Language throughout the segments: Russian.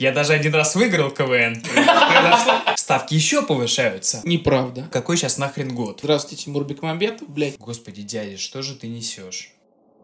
Я даже один раз выиграл КВН. Ставки еще повышаются. Неправда. Какой сейчас нахрен год? Здравствуйте, Тимур Бекмамбетов, блядь. Господи, дядя, что же ты несешь?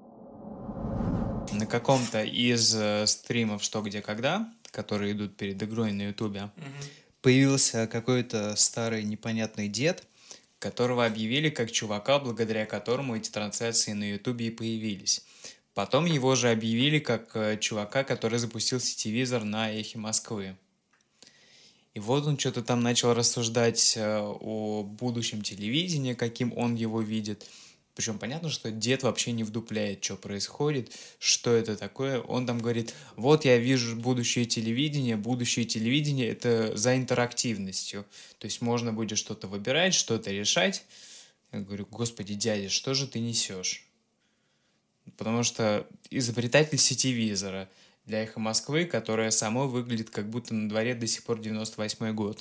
На каком-то из стримов «Что, где, когда», которые идут перед игрой на Ютубе, появился какой-то старый непонятный дед, которого объявили как чувака, благодаря которому эти трансляции на Ютубе и появились. Потом его же объявили как чувака, который запустил сетевизор на Эхе Москвы. И вот он что-то там начал рассуждать о будущем телевидения, каким он его видит. Причем понятно, что дед вообще не вдупляет, что происходит, что это такое. Он там говорит, вот я вижу будущее телевидение это за интерактивностью. То есть можно будет что-то выбирать, что-то решать. Я говорю, господи, дядя, что же ты несешь? Потому что изобретатель сетевизора для Эхо Москвы, которая самой выглядит, как будто на дворе до сих пор 98-й год.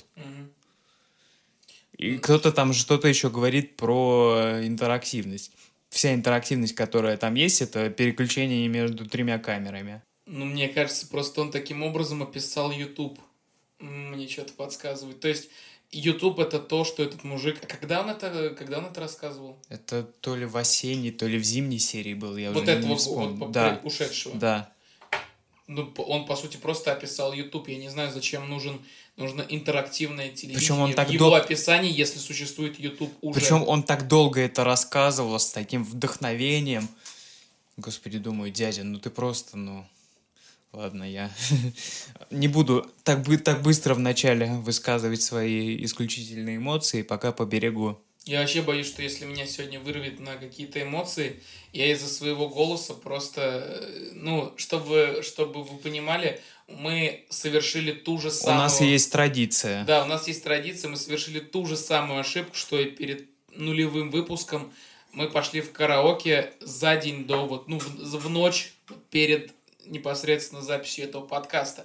И кто-то там что-то еще говорит про интерактивность. Вся интерактивность, которая там есть, это переключение между 3 камерами. Ну, мне кажется, просто он таким образом описал YouTube. Мне что-то подсказывает. То есть, YouTube — это то, что этот мужик... А когда он это рассказывал? Это то ли в осенней, то ли в зимней серии был, я вот уже этого, не вспомню. вот да. ушедшего. Да. Ну, он, по сути, просто описал YouTube. Я не знаю, зачем нужно интерактивное телевидение. Причем он так в его описании, если существует YouTube уже. Причем он так долго это рассказывал, с таким вдохновением. Господи, думаю, дядя, ну ты просто, Ладно, я не буду так быстро вначале высказывать свои исключительные эмоции, пока поберегу. Я вообще боюсь, что если меня сегодня вырвет на какие-то эмоции, я из-за своего голоса просто... чтобы вы понимали, мы совершили ту же самую... У нас есть традиция. Да, у нас есть традиция, мы совершили ту же самую ошибку, что и перед нулевым выпуском. Мы пошли в караоке за день до, в ночь перед непосредственно записью этого подкаста.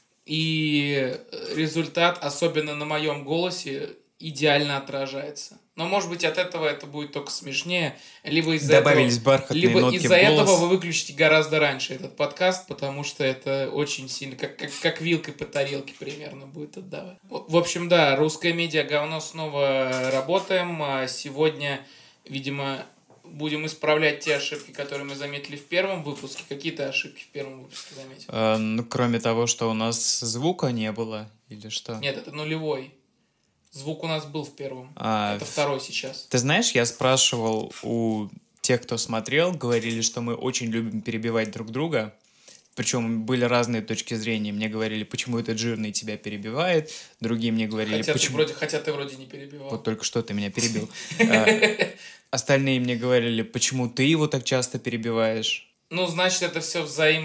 И результат, особенно на моем голосе, идеально отражается. Но, может быть, от этого это будет только смешнее. Либо из-за Добавились бархатные нотки в голос. этого вы выключите гораздо раньше этот подкаст, потому что это очень сильно, как вилкой по тарелке примерно будет отдавать. В общем, да, русское медиа говно, снова работаем. А сегодня, видимо, будем исправлять те ошибки, которые мы заметили в первом выпуске. Какие-то ошибки в первом выпуске заметили? Кроме того, что у нас звука не было, или что? Нет, это нулевой. Звук у нас был в первом. Это второй сейчас. Ты знаешь, я спрашивал у тех, кто смотрел, говорили, что мы очень любим перебивать друг друга. Причем были разные точки зрения. Мне говорили, почему этот жирный тебя перебивает. Другие мне говорили, почему... Хотя ты вроде не перебивал. Вот только что ты меня перебил. Остальные мне говорили, почему ты его так часто перебиваешь. Ну, значит, это все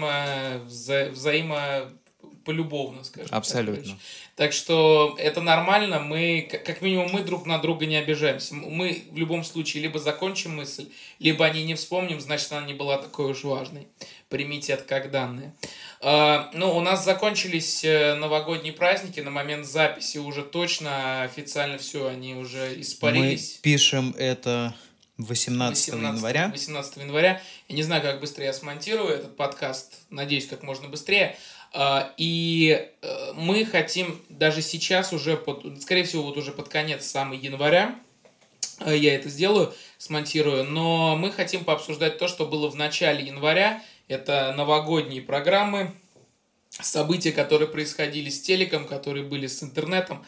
полюбовно, скажем. Абсолютно. Так что это нормально, мы, как минимум, мы друг на друга не обижаемся. Мы в любом случае либо закончим мысль, либо о ней не вспомним, значит, она не была такой уж важной. Примите это как данное. У нас закончились новогодние праздники, на момент записи уже точно, официально все, они уже испарились. Мы пишем это 18 января. 18 января. Я не знаю, как быстро я смонтирую этот подкаст, надеюсь, как можно быстрее. И мы хотим даже сейчас уже, скорее всего, вот уже под конец самого января, я это сделаю, смонтирую, но мы хотим пообсуждать то, что было в начале января. Это новогодние программы, события, которые происходили с телеком, которые были с интернетом.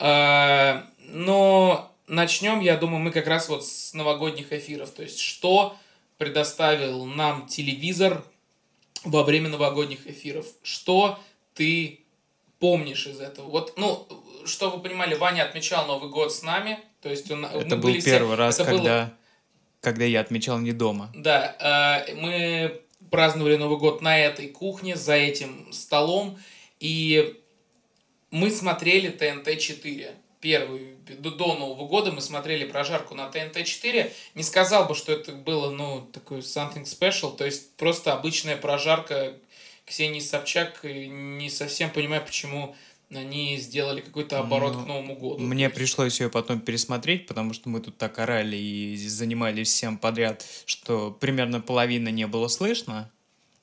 Но начнем, я думаю, мы как раз вот с новогодних эфиров. То есть, что предоставил нам телевизор во время новогодних эфиров. Что ты помнишь из этого? Вот, что вы понимали, Ваня отмечал Новый год с нами. То есть это был первый раз, когда я отмечал не дома. Да, мы праздновали Новый год на этой кухне, за этим столом. И мы смотрели ТНТ-4. До Нового года мы смотрели прожарку на ТНТ-4. Не сказал бы, что это было, такой something special, то есть просто обычная прожарка Ксении Собчак. И не совсем понимаю, почему они сделали какой-то оборот к Новому году. Мне пришлось ее потом пересмотреть, потому что мы тут так орали и занимались всем подряд, что примерно половины не было слышно.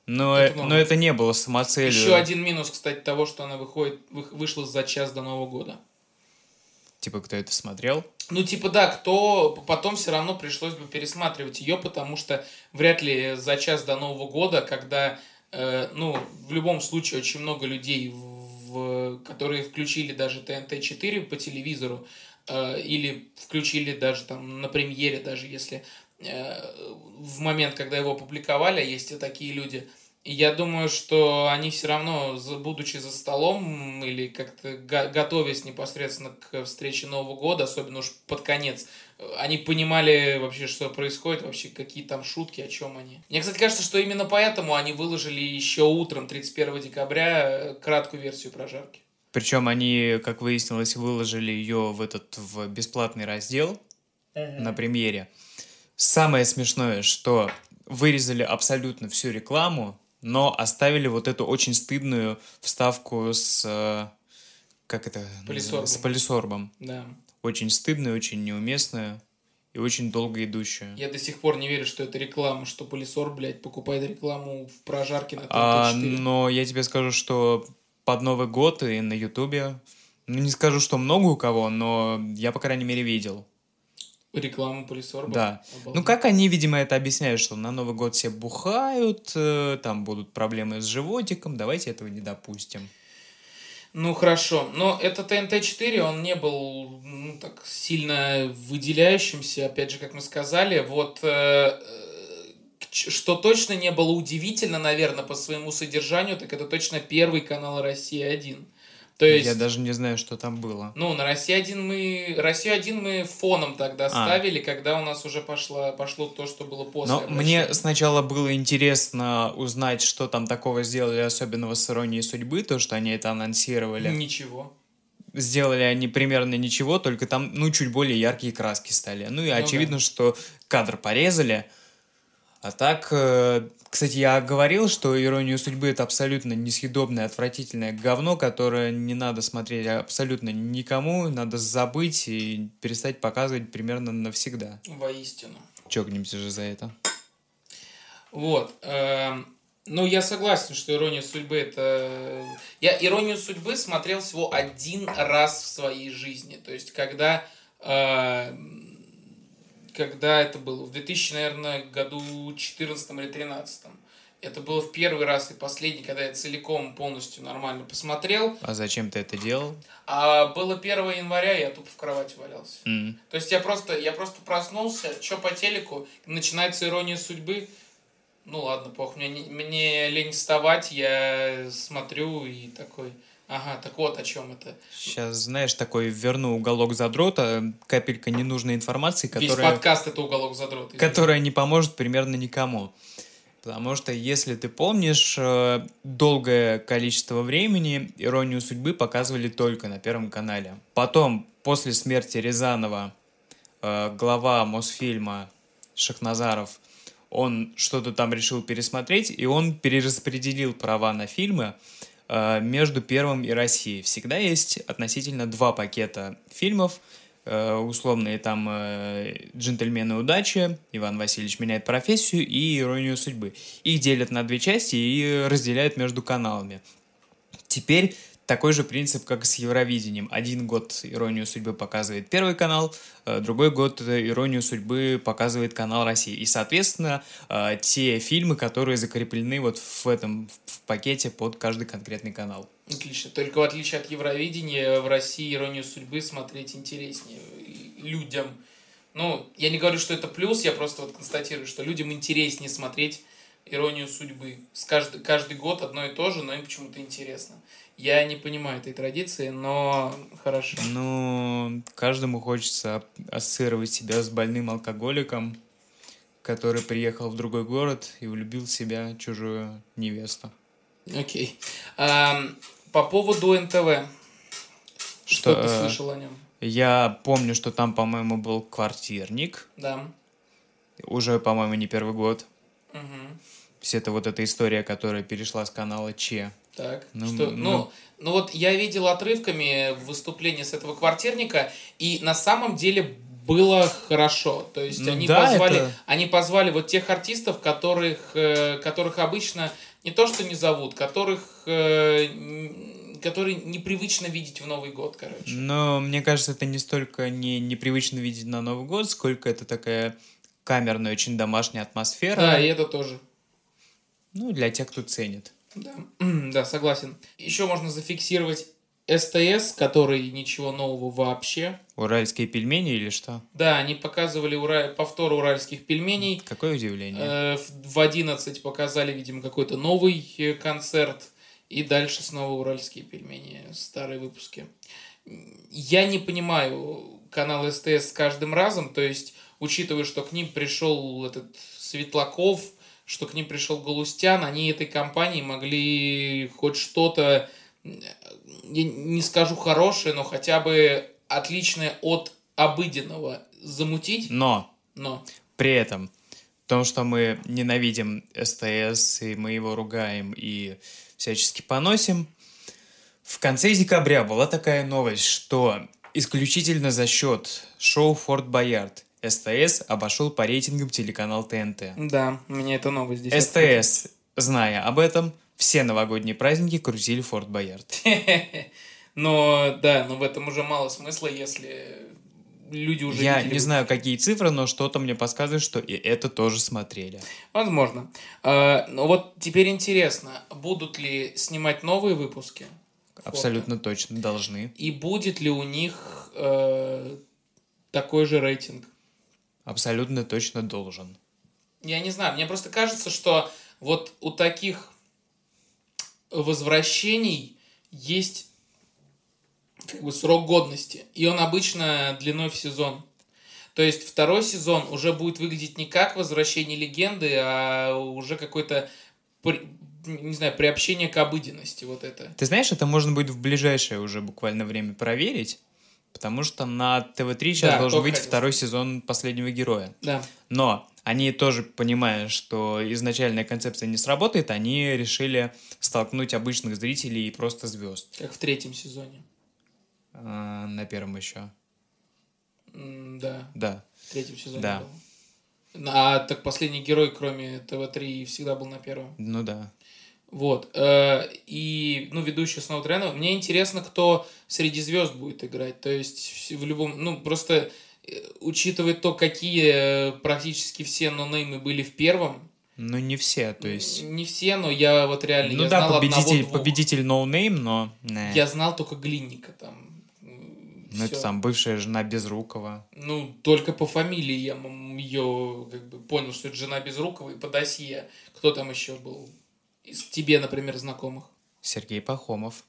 Но много. это не было самоцелью. Еще один минус, кстати, того, что она вышла за час до Нового года. Типа, кто это смотрел? Ну, типа, да, кто потом все равно пришлось бы пересматривать ее, потому что вряд ли за час до Нового года, когда, в любом случае очень много людей, которые включили даже ТНТ-4 по телевизору, или включили даже там на премьере, даже если в момент, когда его опубликовали, есть и такие люди. И я думаю, что они все равно, будучи за столом или как-то готовясь непосредственно к встрече Нового года, особенно уж под конец, они понимали вообще, что происходит, вообще какие там шутки, о чем они. Мне, кстати, кажется, что именно поэтому они выложили еще утром, 31 декабря, краткую версию прожарки. Причем они, как выяснилось, выложили ее в бесплатный раздел на премьере. Самое смешное, что вырезали абсолютно всю рекламу, но оставили вот эту очень стыдную вставку с... Как это? Полисорбом. С полисорбом. Да. Очень стыдную, очень неуместную и очень долго идущую. Я до сих пор не верю, что это реклама, что Полисор, блядь, покупает рекламу в прожарке на ТНТ-4. Но я тебе скажу, что под Новый год и на Ютубе, не скажу, что много у кого, но я, по крайней мере, видел. Рекламу Полисорба? Да. Обалдеть. Ну, как они, видимо, это объясняют, что на Новый год все бухают, там будут проблемы с животиком, давайте этого не допустим. Ну, хорошо. Но это ТНТ-4, он не был так сильно выделяющимся, опять же, как мы сказали. Вот что точно не было удивительно, наверное, по своему содержанию, так это точно первый канал «Россия-1». То есть, я даже не знаю, что там было. Ну, на Россию-1 мы фоном тогда ставили, когда у нас уже пошло то, что было после. Но мне сначала было интересно узнать, что там такого сделали особенного с «Иронией судьбы», то, что они это анонсировали. Ничего. Сделали они примерно ничего, только там, чуть более яркие краски стали. Ну и очевидно, что кадр порезали. А так, кстати, я говорил, что «Иронию судьбы» — это абсолютно несъедобное, отвратительное говно, которое не надо смотреть абсолютно никому, надо забыть и перестать показывать примерно навсегда. Воистину. Чокнемся же за это. Вот. Ну, я согласен, что «Ирония судьбы» — это... Я «Иронию судьбы» смотрел всего один раз в своей жизни. То есть, когда это было? В 2000, наверное, году 14 или 13. Это было в первый раз и последний, когда я целиком полностью нормально посмотрел. А зачем ты это делал? А было 1 января, я тупо в кровати валялся. То есть я просто проснулся, что по телеку, начинается «Ирония судьбы». Ну ладно, похуй, мне лень вставать, я смотрю и такой... Ага, так вот о чем это. Сейчас, знаешь, такой верну уголок задрота, капелька ненужной информации, Весь подкаст — это уголок задрота. Которая не поможет примерно никому. Потому что, если ты помнишь, долгое количество времени «Иронию судьбы» показывали только на Первом канале. Потом, после смерти Рязанова, глава Мосфильма Шахназаров, он что-то там решил пересмотреть, и он перераспределил права на фильмы между Первым и Россией. Всегда есть относительно 2 пакета фильмов, условные там «Джентльмены удачи», «Иван Васильевич меняет профессию» и «Иронию судьбы». Их делят на 2 части и разделяют между каналами. Теперь такой же принцип, как и с Евровидением. Один год «Иронию судьбы» показывает Первый канал, другой год «Иронию судьбы» показывает канал России. И, соответственно, те фильмы, которые закреплены вот в пакете под каждый конкретный канал. Отлично. Только в отличие от Евровидения, в России «Иронию судьбы» смотреть интереснее людям. Ну, я не говорю, что это плюс, я просто вот констатирую, что людям интереснее смотреть «Иронию судьбы». Каждый год одно и то же, но им почему-то интересно. Я не понимаю этой традиции, но хорошо. Ну, каждому хочется ассоциировать себя с больным алкоголиком, который приехал в другой город и влюбил в себя чужую невесту. Окей. По поводу НТВ. Что ты слышал о нем? Я помню, что там, по-моему, был «Квартирник». Да. Уже, по-моему, не первый год. Угу. Все это вот эта история, которая перешла с канала Че. Так, ну вот я видел отрывками выступления с этого «Квартирника», и на самом деле было хорошо. То есть они позвали вот тех артистов, которых обычно не то что не зовут, которые непривычно видеть в Новый год, короче. Но мне кажется, это не столько непривычно видеть на Новый год, сколько это такая камерная, очень домашняя атмосфера. Да, и это тоже. Ну, для тех, кто ценит. Да, да, согласен. Еще можно зафиксировать СТС, который ничего нового вообще. Уральские пельмени или что? Да, они показывали повтор уральских пельменей. Какое удивление. В 11 показали, видимо, какой-то новый концерт. И дальше снова уральские пельмени, старые выпуски. Я не понимаю канал СТС с каждым разом, то есть, учитывая, что к ним пришел этот Светлаков, что к ним пришел Галустян, они этой компании могли хоть что-то, я не скажу хорошее, но хотя бы отличное от обыденного замутить. Но при этом, в том, что мы ненавидим СТС, и мы его ругаем, и всячески поносим, в конце декабря была такая новость, что исключительно за счет шоу «Форт Боярд» СТС обошел по рейтингам телеканал ТНТ. Да, у меня эта новость здесь. СТС, зная об этом, все новогодние праздники крутили «Форт Боярд». Но в этом уже мало смысла, если люди уже Я не знаю, какие цифры, но что-то мне подсказывает, что и это тоже смотрели. Возможно. Но вот теперь интересно, будут ли снимать новые выпуски? Абсолютно точно должны. И будет ли у них такой же рейтинг? Абсолютно точно должен. Я не знаю, мне просто кажется, что вот у таких возвращений есть как бы срок годности, и он обычно длиной в сезон. То есть второй сезон уже будет выглядеть не как возвращение легенды, а уже какое-то, не знаю, приобщение к обыденности. Вот это. Ты знаешь, это можно будет в ближайшее уже буквально время проверить, потому что на ТВ-3 сейчас должен выйти второй сезон «Последнего героя». Да. Но они тоже, понимая, что изначальная концепция не сработает, они решили столкнуть обычных зрителей и просто звезд. Как в третьем сезоне. На первом еще. Да. Да. В третьем сезоне да. был. А так «Последний герой», кроме ТВ-3, всегда был на первом. Ну да. Вот. И, ведущий снова тренер. Мне интересно, кто среди звезд будет играть. То есть в любом... просто учитывая то, какие практически все нонеймы были в первом. Ну, не все, то есть... Не все, но я вот реально... Ну я да, знал победитель ноунейм, но... Я знал только Глинника там. Ну, это там бывшая жена Безрукова. Ну, только по фамилии я ее понял, что это жена Безрукова, и по досье. Кто там еще был? Из тебе, например, знакомых? Сергей Пахомов.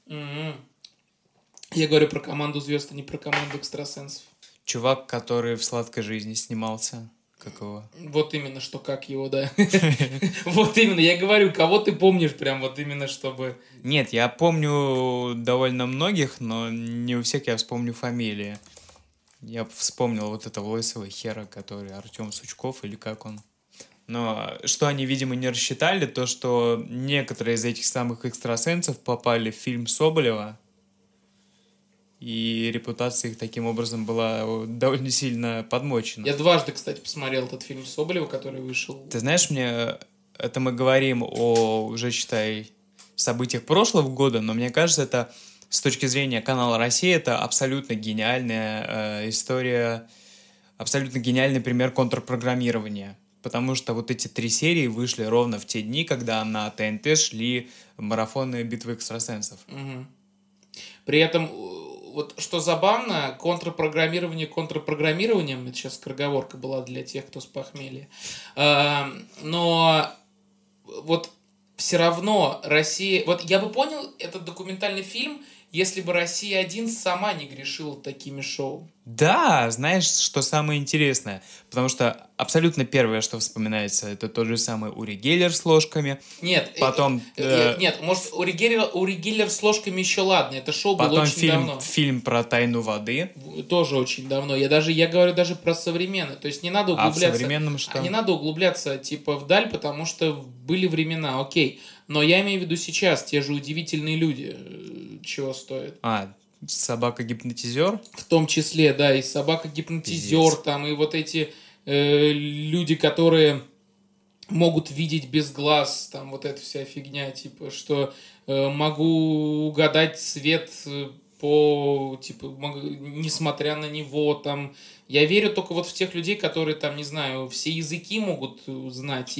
Я говорю про команду звезд, а не про команду экстрасенсов. Чувак, который в «Сладкой жизни» снимался. Как его? Вот именно, что как его, да. Вот именно, я говорю, кого ты помнишь прям вот именно, чтобы... Нет, я помню довольно многих, но не у всех я вспомню фамилии. Я вспомнил вот этого лысого хера, который Артем Сучков или как он. Но что они, видимо, не рассчитали, то что некоторые из этих самых экстрасенсов попали в фильм Соболева, и репутация их таким образом была довольно сильно подмочена. Я дважды, кстати, посмотрел этот фильм Соболева, который вышел. Ты знаешь, это мы говорим о, уже, считай, событиях прошлого года, но мне кажется, это с точки зрения канала «Россия» это абсолютно гениальная история, абсолютно гениальный пример контрпрограммирования. Потому что вот эти 3 серии вышли ровно в те дни, когда на ТНТ шли марафоны битвы экстрасенсов. Угу. При этом, вот что забавно, контрпрограммирование контрпрограммированием, это сейчас скороговорка была для тех, кто с похмелья, но вот все равно Россия... Вот я бы понял этот документальный фильм, если бы «Россия-1» сама не грешила такими шоу. Да, знаешь, что самое интересное? Потому что абсолютно первое, что вспоминается, это тот же самый Ури Геллер с ложками. Нет, потом, нет, может, Ури Геллер с ложками еще ладно, это шоу было очень давно. Фильм про «Тайну воды». Тоже очень давно. Я говорю даже про современное. То есть не надо углубляться... А в современном что? Не надо углубляться типа вдаль, потому что были времена, окей. Но я имею в виду сейчас, те же «Удивительные люди» чего стоят. «Собака-гипнотизер»? В том числе, да, и «Собака-гипнотизер», там, и вот эти люди, которые могут видеть без глаз, там вот эта вся фигня, типа, что могу угадать цвет по, типа, несмотря на него, там, я верю только вот в тех людей, которые, там, не знаю, все языки могут знать,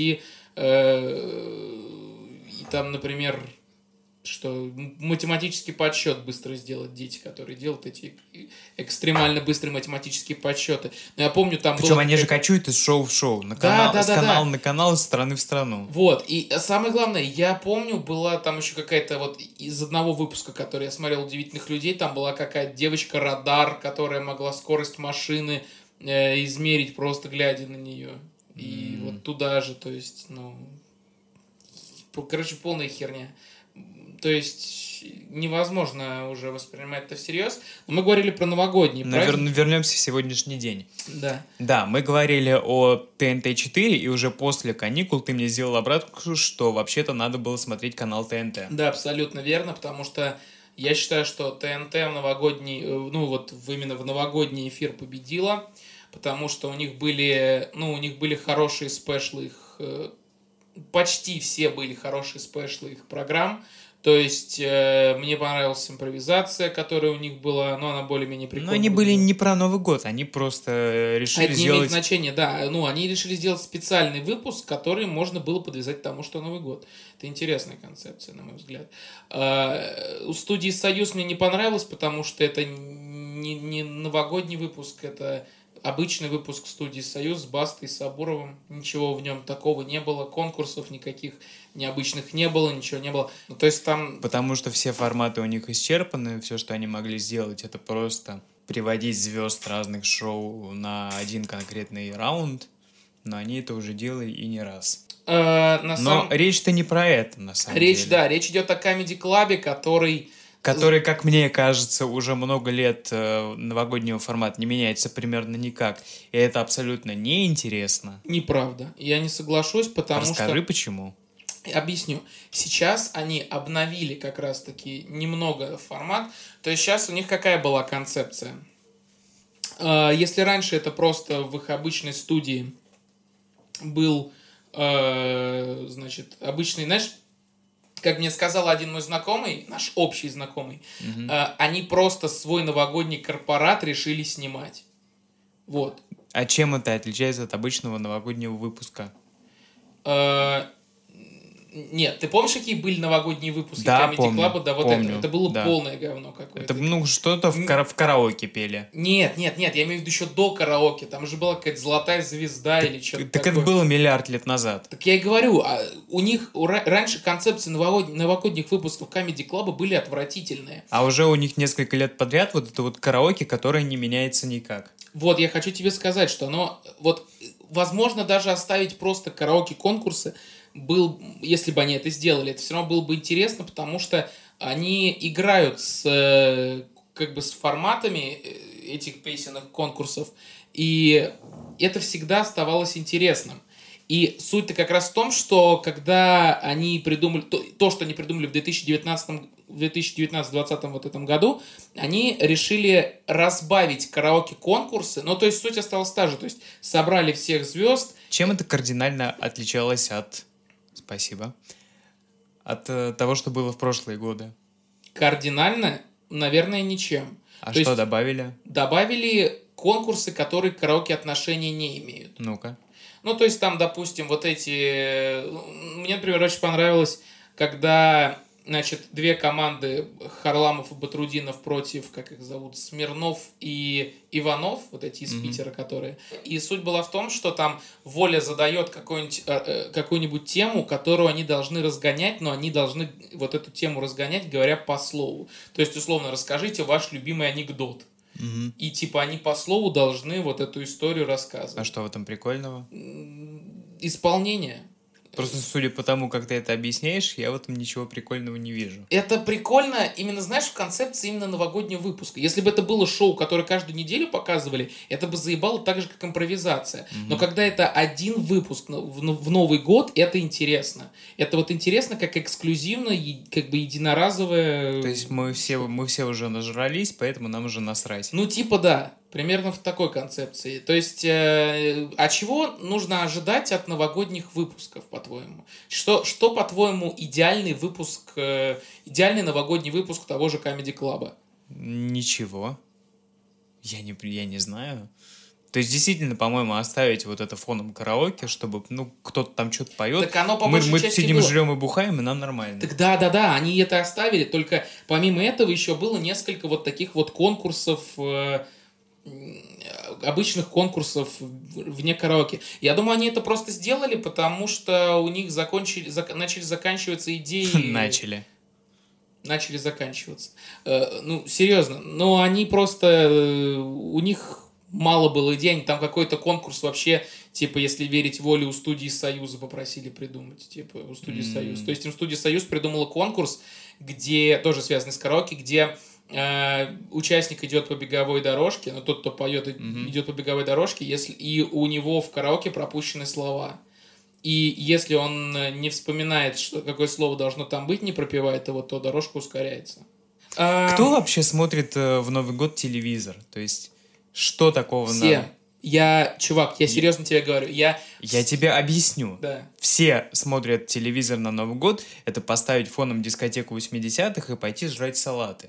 и там, например, что математический подсчет быстро сделать дети, которые делают эти экстремально быстрые математические подсчеты. Но я помню, там причем они же кочуют из шоу в шоу, с канала на канал, из страны в страну. Вот, и самое главное, я помню, была там еще какая-то вот из одного выпуска, который я смотрел «Удивительных людей», там была какая-то девочка-радар, которая могла скорость машины измерить, просто глядя на нее. И вот туда же, то есть, ну, короче, полная херня. То есть невозможно уже воспринимать это всерьез. Но мы говорили про новогодние праздники. Вернемся в сегодняшний день. Да. Да, мы говорили о ТНТ-4, и уже после каникул ты мне сделал обратку, что вообще-то надо было смотреть канал ТНТ. Да, абсолютно верно, потому что я считаю, что ТНТ в новогодний, ну вот именно в новогодний эфир победила, потому что у них были хорошие спешлы их, почти все были хорошие спешлы их программ. То есть, мне понравилась импровизация, которая у них была, но она более-менее прикольная. Но они были не про Новый год, они просто решили это сделать... не имеет значения, да. Ну, они решили сделать специальный выпуск, который можно было подвязать к тому, что Новый год. Это интересная концепция, на мой взгляд. У студии «Союз» мне не понравилось, потому что это не новогодний выпуск, это... обычный выпуск студии «Союз» с Бастой и Сабуровым. Ничего в нем такого не было. Конкурсов никаких необычных не было, ничего не было. Ну, то есть там... Потому что все форматы у них исчерпаны. Все, что они могли сделать, это просто приводить звезд разных шоу на один конкретный раунд. Но они это уже делали и не раз. Но речь-то не про это, на самом деле. Да, речь идет о Comedy Club, который, как мне кажется, уже много лет новогоднего формата не меняется примерно никак. И это абсолютно неинтересно. Неправда. Я не соглашусь, потому что... Расскажи, почему. Объясню. Сейчас они обновили как раз-таки немного формат. То есть сейчас у них какая была концепция? Если раньше это просто в их обычной студии был, значит, обычный, знаешь, как мне сказал один мой знакомый, наш общий знакомый, они просто свой новогодний корпорат решили снимать. Вот. А чем это отличается от обычного новогоднего выпуска? Нет, ты помнишь, какие были новогодние выпуски Comedy Club? Да, вот помню, это было да. полное говно какое-то. Это, что-то в караоке пели. Нет, я имею в виду еще до караоке. Там же была какая-то золотая звезда или что-то такое. Так такое. это было миллиард лет назад. Так я и говорю, у них раньше концепции новогодних выпусков Comedy Club были отвратительные. А уже у них несколько лет подряд вот это вот караоке, которое не меняется никак. Вот, я хочу тебе сказать, что оно... Вот, возможно, даже оставить просто караоке-конкурсы если бы они это сделали, это все равно было бы интересно, потому что они играют с форматами этих песенных конкурсов, и это всегда оставалось интересным. И суть-то как раз в том, что когда они придумали то, что они придумали в 2019-2020 вот этом году, они решили разбавить караоке-конкурсы, ну, то есть суть осталась та же, то есть собрали всех звезд. Чем это кардинально отличалось от... Спасибо. От того, что было в прошлые годы? Кардинально, наверное, ничем. А что добавили? Добавили конкурсы, которые к караоке отношения не имеют. Ну-ка. Ну, то есть там, допустим, вот эти... Мне, например, очень понравилось, когда, значит, две команды Харламов и Батрудинов против, как их зовут, Смирнов и Иванов, вот эти из Питера, которые... И суть была в том, что там Воля задает какую-нибудь тему, которую они должны разгонять, но они должны вот эту тему разгонять, говоря по слову. То есть, условно, расскажите ваш любимый анекдот. И типа они по слову должны вот эту историю рассказывать. А что в этом прикольного? Исполнение. Просто судя по тому, как ты это объясняешь, я в этом ничего прикольного не вижу. Это прикольно именно, знаешь, в концепции именно новогоднего выпуска. Если бы это было шоу, которое каждую неделю показывали, это бы заебало так же, как импровизация. Но когда это один выпуск в Новый год, это интересно. Это вот интересно, как эксклюзивно, как бы единоразовое... То есть мы все уже нажрались, поэтому нам уже насрать. Ну, типа да. Примерно в такой концепции. То есть, а чего нужно ожидать от новогодних выпусков, по-твоему? Что по-твоему, идеальный выпуск, идеальный новогодний выпуск того же Comedy Club? Ничего. Я не знаю. То есть, действительно, по-моему, оставить вот это фоном караоке, чтобы, кто-то там что-то поет. Так оно по мы большей части сидим, было. жрем и бухаем, и нам нормально. Так да, они это оставили, только помимо этого еще было несколько вот таких вот конкурсов, обычных конкурсов вне караоке. Я думаю, они это просто сделали, потому что у них начали заканчиваться идеи. Начали заканчиваться. Серьезно. Но они просто... У них мало было идей. Там какой-то конкурс вообще, типа, если верить воле, у студии «Союза» попросили придумать. Типа, у студии «Союз». То есть, «Студия Союз» придумала конкурс, где, тоже связанный с караоке, где участник идет по беговой дорожке, но тот, кто поет, идет по беговой дорожке, и у него в караоке пропущены слова. И если он не вспоминает, какое слово должно там быть, не пропевает его, то дорожка ускоряется. Кто вообще смотрит в Новый год телевизор? То есть, что такого? Все. Чувак, я серьезно тебе говорю. Я тебе объясню. Да. Все смотрят телевизор на Новый год, это поставить фоном дискотеку 80-х и пойти жрать салаты.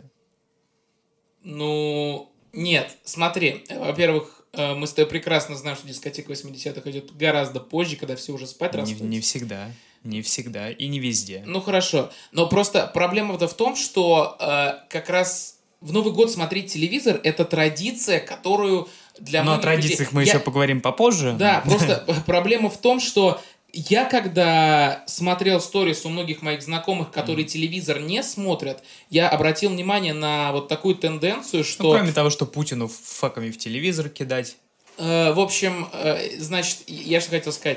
Нет, смотри, во-первых, мы с тобой прекрасно знаем, что дискотека 80-х идет гораздо позже, когда все уже спать расходятся. Не всегда и не везде. Хорошо, но просто проблема-то в том, что как раз в Новый год смотреть телевизор — это традиция, которую для многих о традициях мы еще поговорим попозже. Да, просто проблема в том, что я, когда смотрел сторис у многих моих знакомых, которые телевизор не смотрят, я обратил внимание на вот такую тенденцию, что... кроме того, что Путину факами в телевизор кидать. В общем, значит, я что хотел сказать.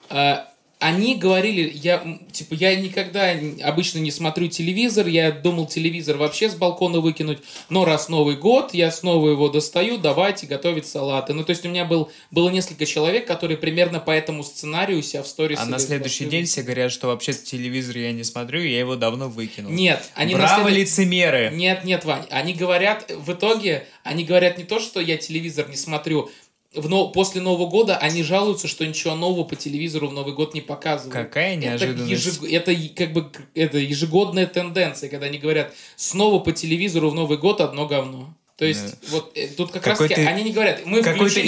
Они говорили, я никогда обычно не смотрю телевизор, я думал телевизор вообще с балкона выкинуть, но раз Новый год, я снова его достаю, давайте готовить салаты. То есть у меня было несколько человек, которые примерно по этому сценарию себя в сторис... А на следующий день все говорят, что вообще-то телевизор я не смотрю, я его давно выкинул. Нет, они... Браво, лицемеры! Нет, Вань, они говорят, в итоге, они говорят не то, что я телевизор не смотрю, после Нового года они жалуются, что ничего нового по телевизору в Новый год не показывают. Какая неожиданность. Это ежегодная тенденция, когда они говорят, снова по телевизору в Новый год одно говно. То есть, тут как раз таки они не говорят, мы включили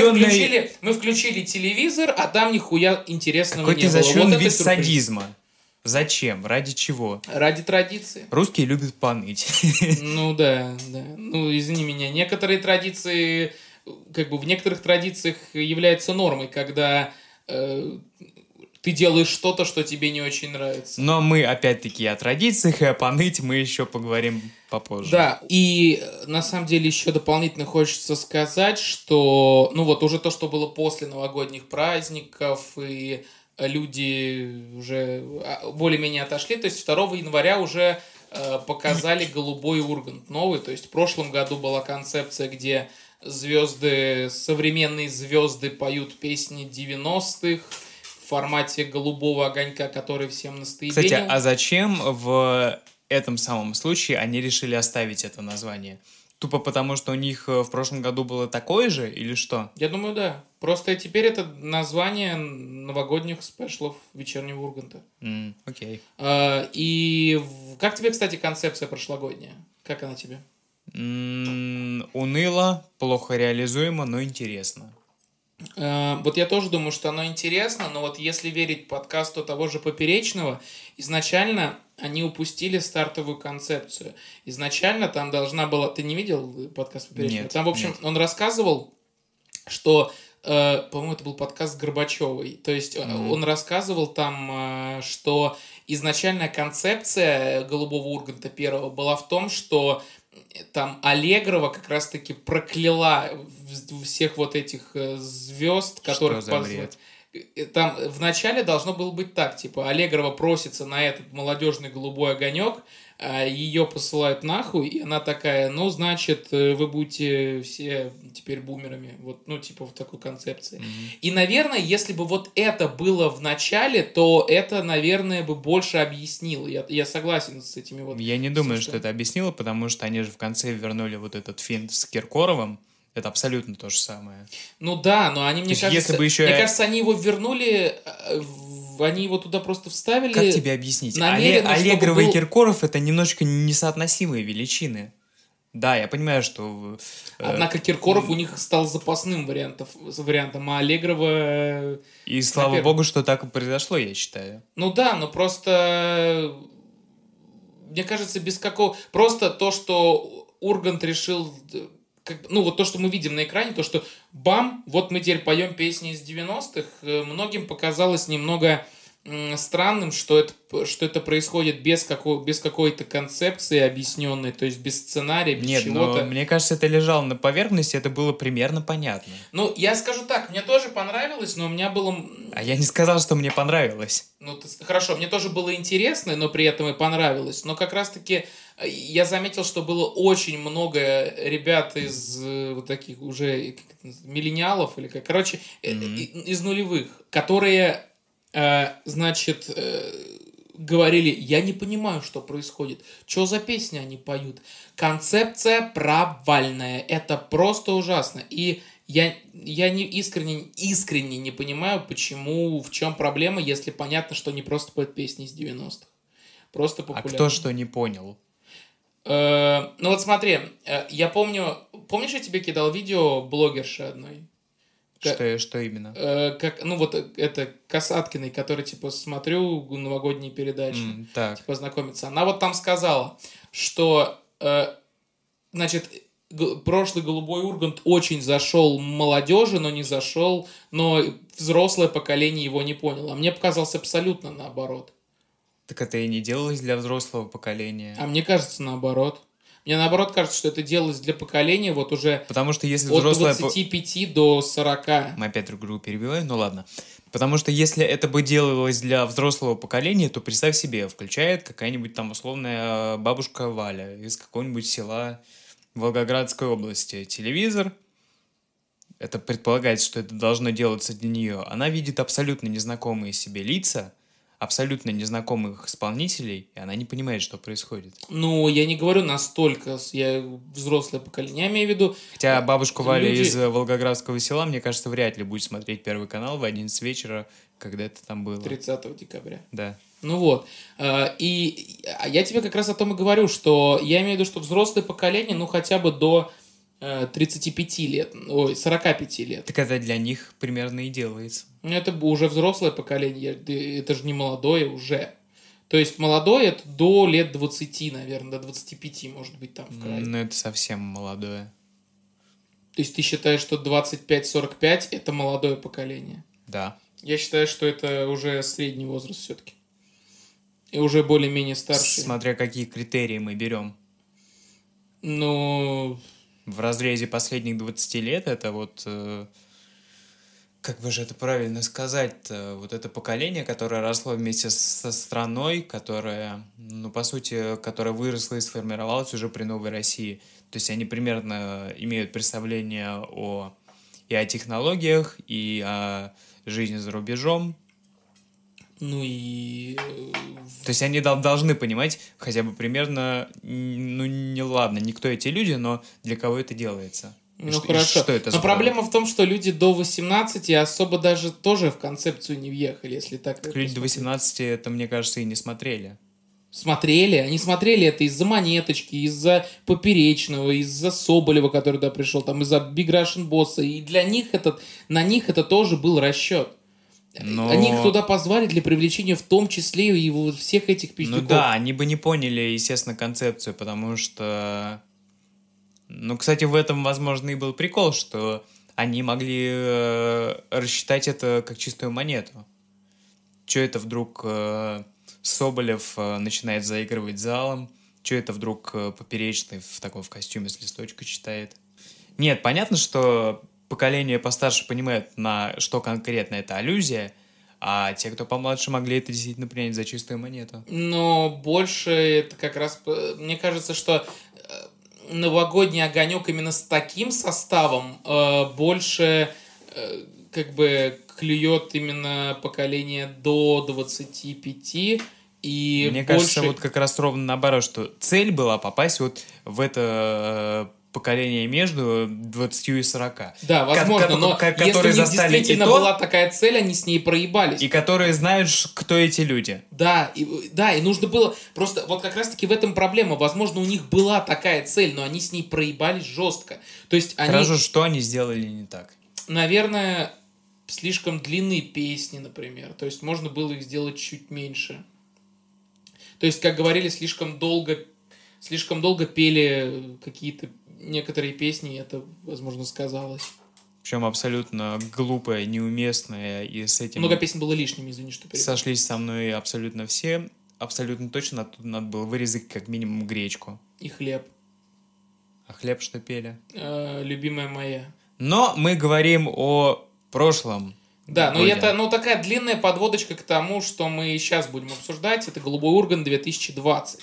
телевизор, а там нихуя интересного не было. Какой-то изощренный вид садизма. Зачем? Ради чего? Ради традиции. Русские любят поныть. Да. Извини меня, некоторые традиции... в некоторых традициях является нормой, когда ты делаешь что-то, что тебе не очень нравится. Но мы, опять-таки, о традициях, и о поныть мы еще поговорим попозже. Да, и на самом деле еще дополнительно хочется сказать, что, уже то, что было после новогодних праздников, и люди уже более-менее отошли, то есть 2 января уже показали «Голубой Ургант» новый, то есть в прошлом году была концепция, где современные звезды поют песни 90-х в формате голубого огонька, который всем настоебенил. Кстати, а зачем в этом самом случае они решили оставить это название? Тупо потому, что у них в прошлом году было такое же, или что? Я думаю, да. Просто теперь это название новогодних спешлов «Вечернего Урганта». Окей. И как тебе, кстати, концепция прошлогодняя? Как она тебе? Уныло, плохо реализуемо, но интересно. Вот я тоже думаю, что оно интересно, но вот если верить подкасту того же Поперечного, изначально они упустили стартовую концепцию. Изначально там должна была... Ты не видел подкаст Поперечного? Нет. Там, в общем, он рассказывал, что... по-моему, это был подкаст с Горбачевой. То есть он рассказывал там, что изначальная концепция «Голубого Урганта» первого была в том, что там Аллегрова как раз-таки прокляла всех вот этих звезд, которых позвать. Там вначале должно было быть так, типа Аллегрова просится на этот молодежный голубой огонек, ее посылают нахуй, и она такая, значит, вы будете все теперь бумерами. В такой концепции. И, наверное, если бы вот это было в начале, то это, наверное, бы больше объяснило. Я согласен с этими Я не думаю, что это объяснило, потому что они же в конце вернули вот этот финт с Киркоровым, Это абсолютно то же самое. Ну да, но они, мне кажется, если бы еще... мне кажется, они его вернули, они его туда просто вставили. Как тебе объяснить? Намеренно, Аллегрова и был... Киркоров — это немножечко несоотносимые величины. Да, я понимаю, что... Однако Киркоров у них стал запасным вариантом, а Аллегрова... И слава богу, что так и произошло, я считаю. Ну да, но просто... Мне кажется, без какого... Просто то, что Ургант решил... Ну, вот то, что мы видим на экране, то, что бам, вот мы теперь поем песни из 90-х, многим показалось немного странным, что это происходит без какой-то концепции объясненной, то есть без сценария, без чего-то. Но мне кажется, это лежало на поверхности, это было примерно понятно. Ну, я скажу так, мне тоже понравилось, но у меня было... А я не сказал, что мне понравилось. Ну, хорошо, мне тоже было интересно, но при этом и понравилось. Но как раз-таки я заметил, что было очень много ребят из вот таких уже миллениалов, или как, короче, из нулевых, которые... значит, говорили, я не понимаю, что происходит. Что за песни они поют? Концепция провальная. Это просто ужасно. И я не искренне не понимаю, почему, в чем проблема, если понятно, что они просто поют песни из 90-х. Просто популярно. А кто что не понял? Ну вот смотри, я помню... Помнишь, я тебе кидал видео блогерши одной? Что именно? Ну, вот это Касаткиной, который, типа, смотрю новогодние передачи, типа, знакомиться. Она вот там сказала, что, значит, прошлый «Голубой Ургант» очень зашел молодежи, но взрослое поколение его не поняло. А мне показалось абсолютно наоборот. Так это и не делалось для взрослого поколения. А мне кажется, наоборот. Мне наоборот кажется, что это делалось для поколения вот уже потому что если от 25 до 40. Мы опять друг друга перебиваем, ну ладно. Потому что если это бы делалось для взрослого поколения, то представь себе, включает какая-нибудь там условная бабушка Валя из какого-нибудь села Волгоградской области телевизор. Это предполагается, что это должно делаться для нее. Она видит абсолютно незнакомые себе лица, абсолютно незнакомых исполнителей, и она не понимает, что происходит. Ну, я не говорю настолько, я взрослое поколение, я имею в виду... Хотя бабушка Валя из Волгоградского села, мне кажется, вряд ли будет смотреть Первый канал в 11 вечера, когда это там было. 30 декабря. Да. Ну вот. И я тебе как раз о том и говорю, что я имею в виду, что взрослое поколение, ну, хотя бы до 35 лет, 45 лет. Так это для них примерно и делается. Ну, это уже взрослое поколение, это же не молодое уже. То есть молодое это до лет 20, наверное, до 25, может быть, там в крае. Ну, это совсем молодое. То есть ты считаешь, что 25-45 это молодое поколение? Да. Я считаю, что это уже средний возраст все-таки. И уже более-менее старший. Смотря какие критерии мы берем. Ну... В разрезе последних 20 лет это вот... как бы же это правильно сказать-то? Вот это поколение, которое росло вместе со страной, которое, ну, по сути, которое выросло и сформировалось уже при Новой России. То есть они примерно имеют представление и о технологиях, и о жизни за рубежом. Ну и... То есть они должны понимать хотя бы примерно, ну, не ладно, не кто эти люди, но для кого это делается. Ну хорошо, что это но проблема в том, что люди до 18 особо даже тоже в концепцию не въехали, если так... Люди до 18 это, мне кажется, и не смотрели. Смотрели, они смотрели это из-за Монеточки, из-за Поперечного, из-за Соболева, который туда пришел, там из-за Big Russian Boss, и для них на них это тоже был расчет. Но... Они их туда позвали для привлечения в том числе и всех этих пиздюков. Ну да, они бы не поняли, естественно, концепцию, потому что... Ну, кстати, в этом, возможно, и был прикол, что они могли рассчитать это как чистую монету. Че это вдруг Соболев начинает заигрывать залом? Че это вдруг Поперечный в таком в костюме с листочкой читает? Нет, понятно, что поколение постарше понимает, на что конкретно это аллюзия, а те, кто помладше, могли это действительно принять за чистую монету. Но больше это как раз... Мне кажется, что новогодний огонек именно с таким составом больше как бы клюет именно поколение до 25 и мне больше... кажется, вот как раз ровно наоборот, что цель была попасть вот в это поколение между 20 и 40. Да, возможно, но если у них действительно была такая цель, они с ней проебались. И которые знают, кто эти люди. Да, и нужно было... Просто вот как раз-таки в этом проблема. Возможно, у них была такая цель, но они с ней проебались жестко. То есть они... Хорошо, что они сделали не так? Наверное, слишком длинные песни, например. То есть можно было их сделать чуть меньше. То есть, как говорили, слишком долго пели какие-то некоторые песни, и это, возможно, сказалось. Причем абсолютно глупое, неуместное, и с этим... Много песен было лишними, извини, что перебил. Сошлись со мной абсолютно все. Абсолютно точно оттуда надо было вырезать как минимум гречку. И хлеб. А хлеб что пели? Любимая моя. Но мы говорим о прошлом. Да, но это такая длинная подводочка к тому, что мы сейчас будем обсуждать. Это «Голубой Ургант» 2020.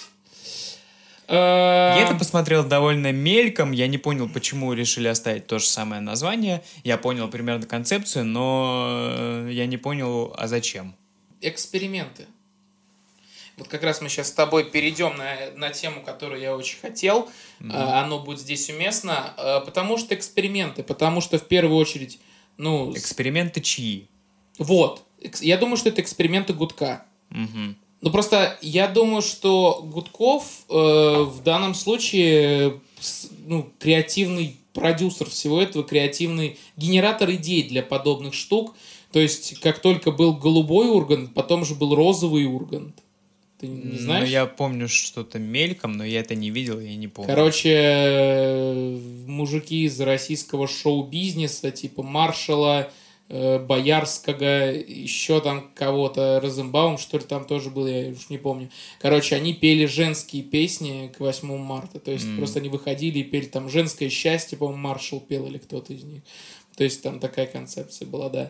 Я это посмотрел довольно мельком, я не понял, почему решили оставить то же самое название. Я понял примерно концепцию, но я не понял, а зачем. Эксперименты. Вот как раз мы сейчас с тобой перейдем на тему, которую я очень хотел. Оно будет здесь уместно. Потому что эксперименты, потому что в первую очередь... Эксперименты чьи? Вот. Я думаю, что это эксперименты Гудка. Угу. Ну, просто я думаю, что Гудков в данном случае креативный продюсер всего этого, креативный генератор идей для подобных штук. То есть, как только был голубой Ургант, потом же был розовый Ургант. Ты не знаешь? Я помню что-то мельком, но я это не видел, я не помню. Короче, мужики из российского шоу-бизнеса, типа Маршала, Боярского, еще там кого-то, Розенбаум, что ли, там тоже был, я уж не помню. Короче, они пели женские песни к 8 марта. То есть, просто они выходили и пели там «Женское счастье», по-моему, Маршал пел или кто-то из них. То есть, там такая концепция была, да.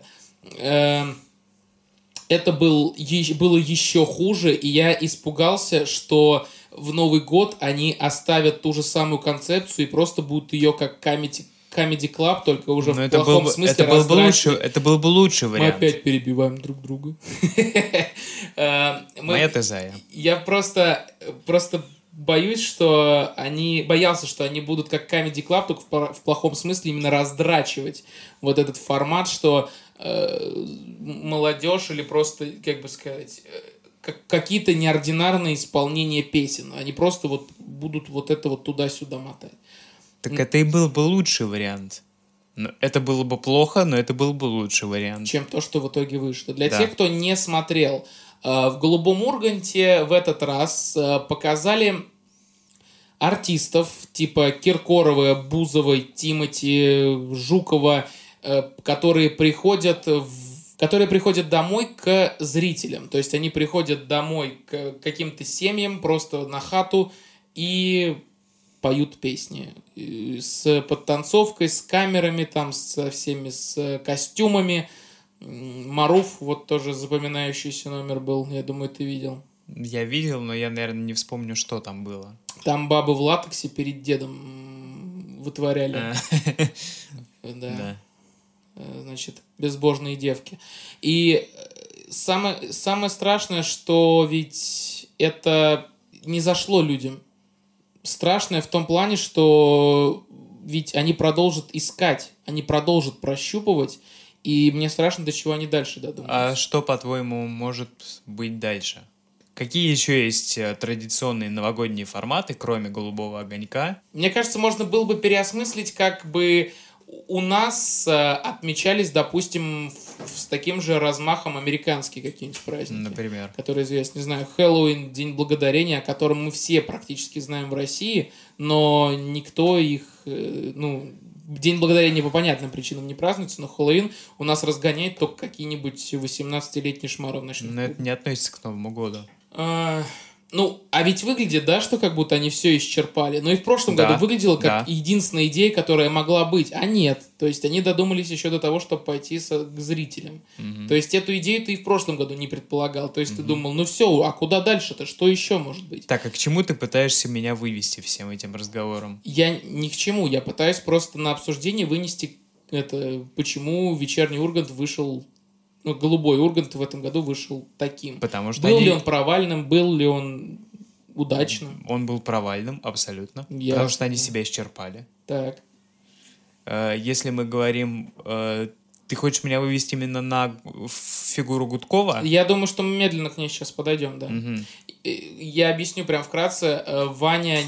Это было еще хуже, и я испугался, что в Новый год они оставят ту же самую концепцию и просто будут ее как Comedy Club, только уже в плохом смысле раздражить. Это был бы лучший вариант. Мы опять перебиваем друг друга. Моя теза. Я просто боялся, что они будут как Comedy Club, только в плохом смысле именно раздрачивать вот этот формат, что молодежь или просто, как бы сказать, какие-то неординарные исполнения песен. Они просто вот будут вот это вот туда-сюда мотать. Так это и был бы лучший вариант. Это было бы плохо, но это был бы лучший вариант. Чем то, что в итоге вышло. Для тех, кто не смотрел, в «Голубом Урганте» в этот раз показали артистов типа Киркоровой, Бузовой, Тимати, Жукова, которые приходят домой к зрителям. То есть они приходят домой к каким-то семьям, просто на хату, и поют песни. С подтанцовкой, с камерами, там, со всеми, с костюмами. Маруф, вот тоже запоминающийся номер был. Я думаю, ты видел. Я видел, но я, наверное, не вспомню, что там было. Там бабы в латексе перед дедом вытворяли. Да. Значит, безбожные девки. И самое страшное, что ведь это не зашло людям. Страшное в том плане, что ведь они продолжат искать, они продолжат прощупывать, и мне страшно, до чего они дальше додумаются. А что, по-твоему, может быть дальше? Какие еще есть традиционные новогодние форматы, кроме «Голубого огонька»? Мне кажется, можно было бы переосмыслить, как бы у нас отмечались, допустим, с таким же размахом американские какие-нибудь праздники. Например? Которые известны. Не знаю, Хэллоуин, День Благодарения, о котором мы все практически знаем в России, но никто их... День Благодарения по понятным причинам не празднуется, но Хэллоуин у нас разгоняет только какие-нибудь 18-летние шмары в ночных клубах. Но это не относится к Новому году. А ведь выглядит, да, что как будто они все исчерпали. Но и в прошлом году выглядело как единственная идея, которая могла быть. А нет. То есть они додумались еще до того, чтобы пойти к зрителям. То есть эту идею ты и в прошлом году не предполагал. То есть ты думал, ну все, а куда дальше-то? Что еще может быть? Так, а к чему ты пытаешься меня вывести всем этим разговором? Я ни к чему. Я пытаюсь просто на обсуждение вынести почему «Вечерний Ургант» вышел... «Голубой Ургант» в этом году вышел таким. Потому что был ли он провальным, был ли он удачным? Он был провальным, абсолютно. Потому что они себя исчерпали. Так. Если мы говорим... Ты хочешь меня вывести именно на фигуру Гудкова? Я думаю, что мы медленно к ней сейчас подойдем, да. Мгм. Я объясню прям вкратце. Ваня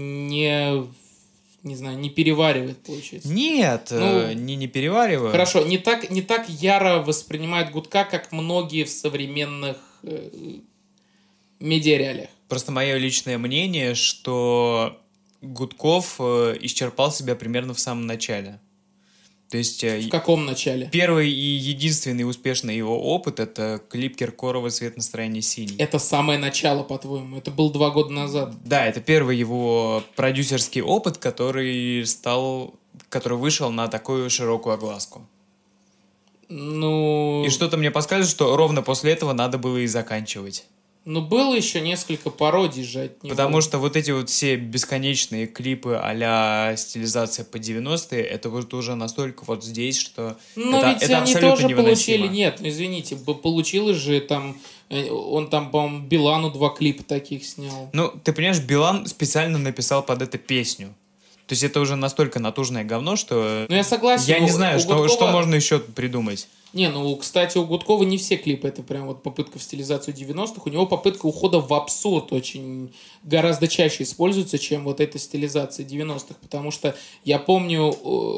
не знаю, не переваривает, получается. Нет, Ну, не перевариваю. Хорошо, не так яро воспринимает Гудка, как многие в современных медиареалиях. Просто мое личное мнение, что Гудков исчерпал себя примерно в самом начале. То есть В каком начале? первый и единственный успешный его опыт — это клип Киркорова «Цвет настроения синий». Это самое начало, по-твоему? Это был 2 года назад. Да, это первый его продюсерский опыт, который вышел на такую широкую огласку. Ну... И что-то мне подсказывает, что ровно после этого надо было и заканчивать. Ну, было еще несколько пародий же от него. Потому что вот эти вот все бесконечные клипы а-ля стилизация по 90-е, это вот уже настолько вот здесь, что Но это, ведь это они абсолютно тоже невыносимо. получили... Нет, ну извините, получилось же там... Он там, по-моему, Билану 2 клипа таких снял. Ну, ты понимаешь, Билан специально написал под это песню. То есть это уже настолько натужное говно, что... Ну, я согласен. Я не знаю, у что Гудкова- можно еще придумать. Не, ну, кстати, у Гудкова не все клипы, это прям вот попытка в стилизацию 90-х. У него попытка ухода в абсурд очень гораздо чаще используется, чем вот эта стилизация 90-х. Потому что я помню,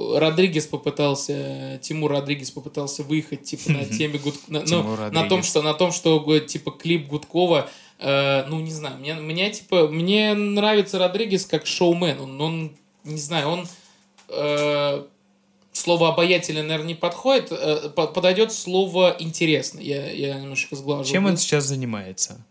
Тимур Родригес попытался выехать типа на теме на том, что типа клип Гудкова, ну, не знаю, мне нравится Родригес как шоумен. Он не знаю, он... Слово «обаятельно», наверное, не подходит. Подойдет слово «интересно». Я немножко сглажу. Чем он сейчас занимается?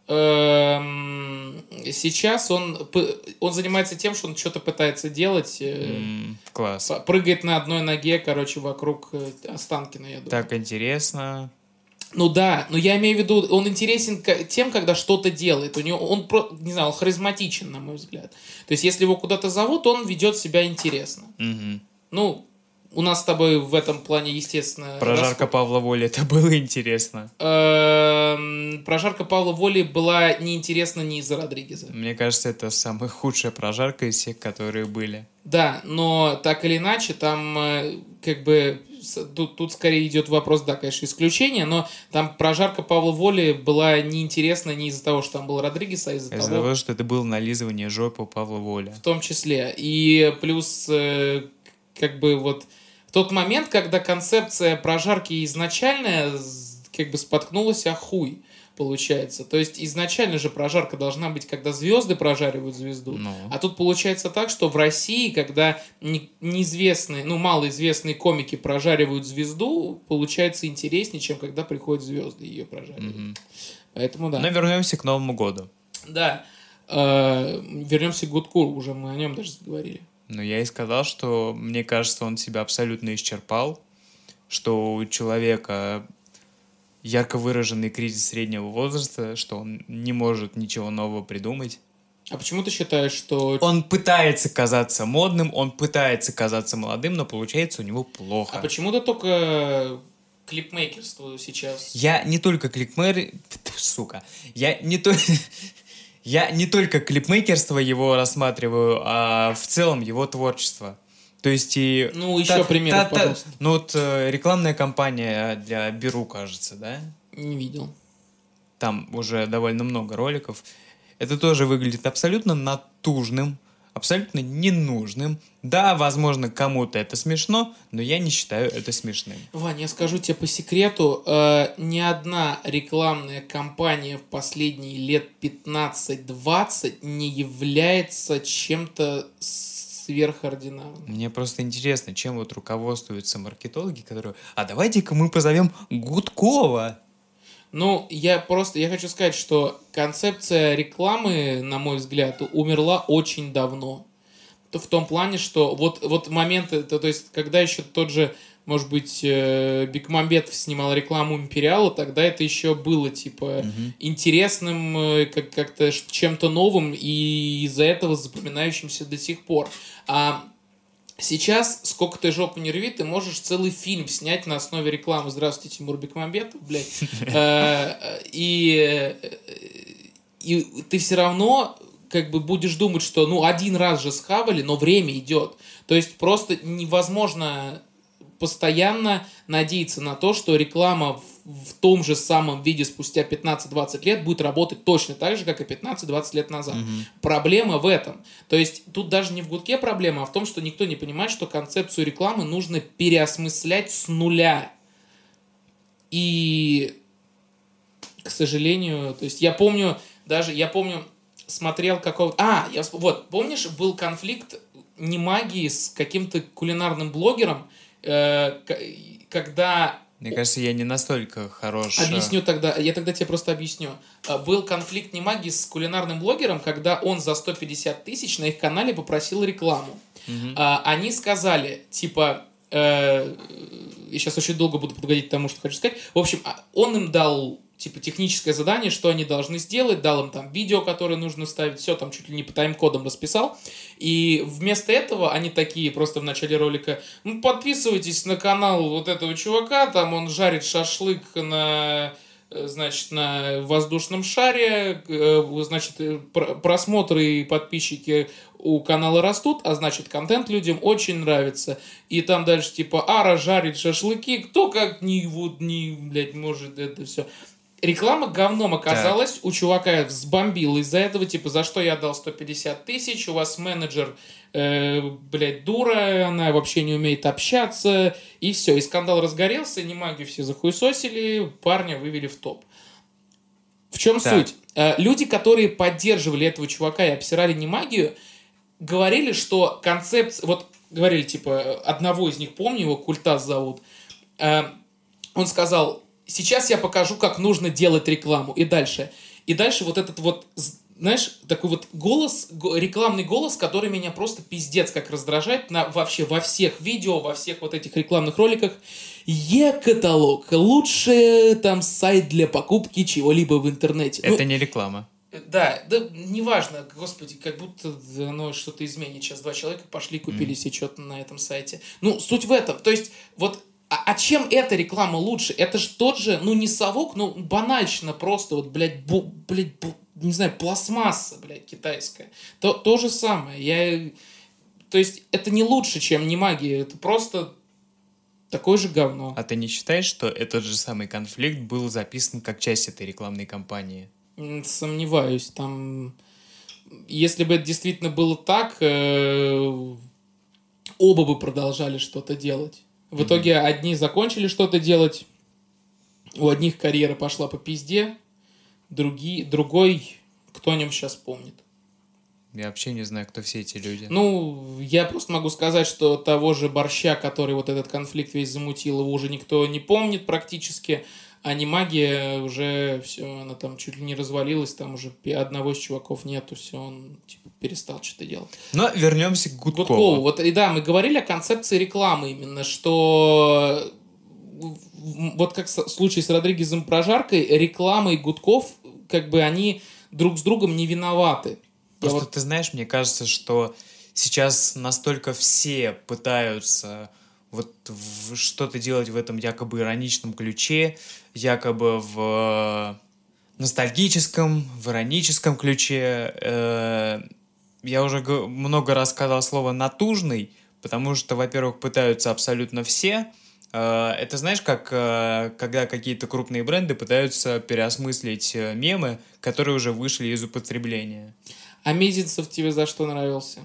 Сейчас он занимается тем, что он что-то пытается делать. Класс. Прыгает на одной ноге, короче, вокруг Останкина, я думаю. Так интересно. Ну да, но я имею в виду, он интересен тем, когда что-то делает. У него, не знаю, он харизматичен, на мой взгляд. То есть, если его куда-то зовут, он ведет себя интересно. Угу. Ну, у нас с тобой в этом плане, естественно... Прожарка Павла Воли, это было интересно. Прожарка Павла Воли была неинтересна не из-за Родригеса. Мне кажется, это самая худшая прожарка из всех, которые были. Да, но так или иначе, там как бы... Тут скорее идет вопрос, да, конечно, исключения, но там прожарка Павла Воли была неинтересна не из-за того, что там был Родригес, а из-за того, что это было нализывание жопы Павла Воли. В том числе. И плюс, как бы вот... В тот момент, когда концепция прожарки изначальная как бы споткнулась о хуй, получается. То есть изначально же прожарка должна быть, когда звезды прожаривают звезду. Ну. А тут получается так, что в России, когда неизвестные, ну, малоизвестные комики прожаривают звезду, получается интереснее, чем когда приходят звезды и ее прожаривают. Угу. Поэтому да. Но вернемся к Новому году. Да. Вернемся к Гудку, уже мы о нем даже заговорили. Но я и сказал, что мне кажется, он себя абсолютно исчерпал, что у человека ярко выраженный кризис среднего возраста, что он не может ничего нового придумать. А почему ты считаешь, что... Он пытается казаться модным, он пытается казаться молодым, но получается у него плохо. А почему-то только клипмейкерство сейчас... Я не только сука. Я не только клипмейкерство его рассматриваю, а в целом его творчество. То есть и... Ну, еще примеров, пожалуйста. Ну, вот рекламная кампания для Беру, кажется, да? Не видел. Там уже довольно много роликов. Это тоже выглядит абсолютно натужным, абсолютно ненужным. Да, возможно, кому-то это смешно, но я не считаю это смешным. Вань, я скажу тебе по секрету, ни одна рекламная кампания в последние лет 15-20 не является чем-то сверхординарным. Мне просто интересно, чем вот руководствуются маркетологи, которые... А давайте-ка мы позовем Гудкова. Ну, я хочу сказать, что концепция рекламы, на мой взгляд, умерла очень давно. В том плане, что вот моменты, то есть, когда еще тот же, может быть, Бекмамбетов снимал рекламу Империала, тогда это еще было, типа, интересным, как-то чем-то новым, и из-за этого запоминающимся до сих пор. А сейчас, сколько ты жопу не рви, ты можешь целый фильм снять на основе рекламы. Здравствуйте, Тимур Бекмамбетов, блядь. И ты все равно как бы будешь думать, что ну один раз же схавали, но время идет. То есть просто невозможно постоянно надеяться на то, что реклама в том же самом виде спустя 15-20 лет будет работать точно так же, как и 15-20 лет назад. Проблема в этом. То есть тут даже не в гудке проблема, а в том, что никто не понимает, что концепцию рекламы нужно переосмыслять с нуля. И, к сожалению, то есть я помню, смотрел какого-то... вот, помнишь, был конфликт Немагии с каким-то кулинарным блогером, когда... Мне кажется, я не настолько хорош. Объясню тогда, я тогда тебе просто объясню. Был конфликт Немаги с кулинарным блогером, когда он за 150 тысяч на их канале попросил рекламу. Они сказали, типа, я сейчас очень долго буду подводить к тому, что хочу сказать. В общем, он им дал типа техническое задание, что они должны сделать, дал им там видео, которое нужно ставить, все там чуть ли не по тайм-кодам расписал. И вместо этого они такие просто в начале ролика: ну, подписывайтесь на канал вот этого чувака, там он жарит шашлык на воздушном шаре, значит, просмотры и подписчики у канала растут, а значит, контент людям очень нравится. И там дальше типа Ара жарит шашлыки, кто как блядь, может это все. Реклама говном оказалась, так. У чувака взбомбил из-за этого, типа, за что я дал 150 тысяч, у вас менеджер, блядь, дура, она вообще не умеет общаться, и все, и скандал разгорелся, Немагию все захуесосили, парня вывели в топ. В чем суть? Люди, которые поддерживали этого чувака и обсирали Немагию, говорили, что концепция, вот, говорили, типа, одного из них, помню, его Культас зовут, он сказал: сейчас я покажу, как нужно делать рекламу. И дальше вот этот вот, знаешь, такой вот голос, рекламный голос, который меня просто пиздец как раздражает вообще во всех видео, во всех вот этих рекламных роликах. Е-каталог. Лучший там сайт для покупки чего-либо в интернете. Это не реклама. Да, неважно, господи, как будто оно что-то изменит. Сейчас два человека пошли, купили себе что-то на этом сайте. Ну, суть в этом. То есть, вот а чем эта реклама лучше? Это же тот же, ну, не совок, ну, банальщина просто, вот, блядь, не знаю, пластмасса, блядь, китайская. То же самое. То есть, это не лучше, чем Немагия, это просто такое же говно. А ты не считаешь, что этот же самый конфликт был записан как часть этой рекламной кампании? Сомневаюсь, там... Если бы это действительно было так, оба бы продолжали что-то делать. В итоге одни закончили что-то делать, у одних карьера пошла по пизде, другой, кто о нем сейчас помнит. Я вообще не знаю, кто все эти люди. Ну, я просто могу сказать, что того же Борща, который вот этот конфликт весь замутил, его уже никто не помнит практически, а Немагия уже все, она там чуть ли не развалилась, там уже одного из чуваков нету, все, он типа перестал что-то делать. Но вернемся к Гудкову. Вот, и да, мы говорили о концепции рекламы именно, что вот как в случае с Родригезом Прожаркой, реклама и Гудков, как бы они друг с другом не виноваты. Просто ты знаешь, мне кажется, что сейчас настолько все пытаются вот что-то делать в этом якобы ироничном ключе, якобы в ностальгическом, в ироническом ключе. Я уже много раз сказал слово «натужный», потому что, во-первых, пытаются абсолютно все. Это знаешь, как когда какие-то крупные бренды пытаются переосмыслить мемы, которые уже вышли из употребления. А Мезенцев тебе за что нравился?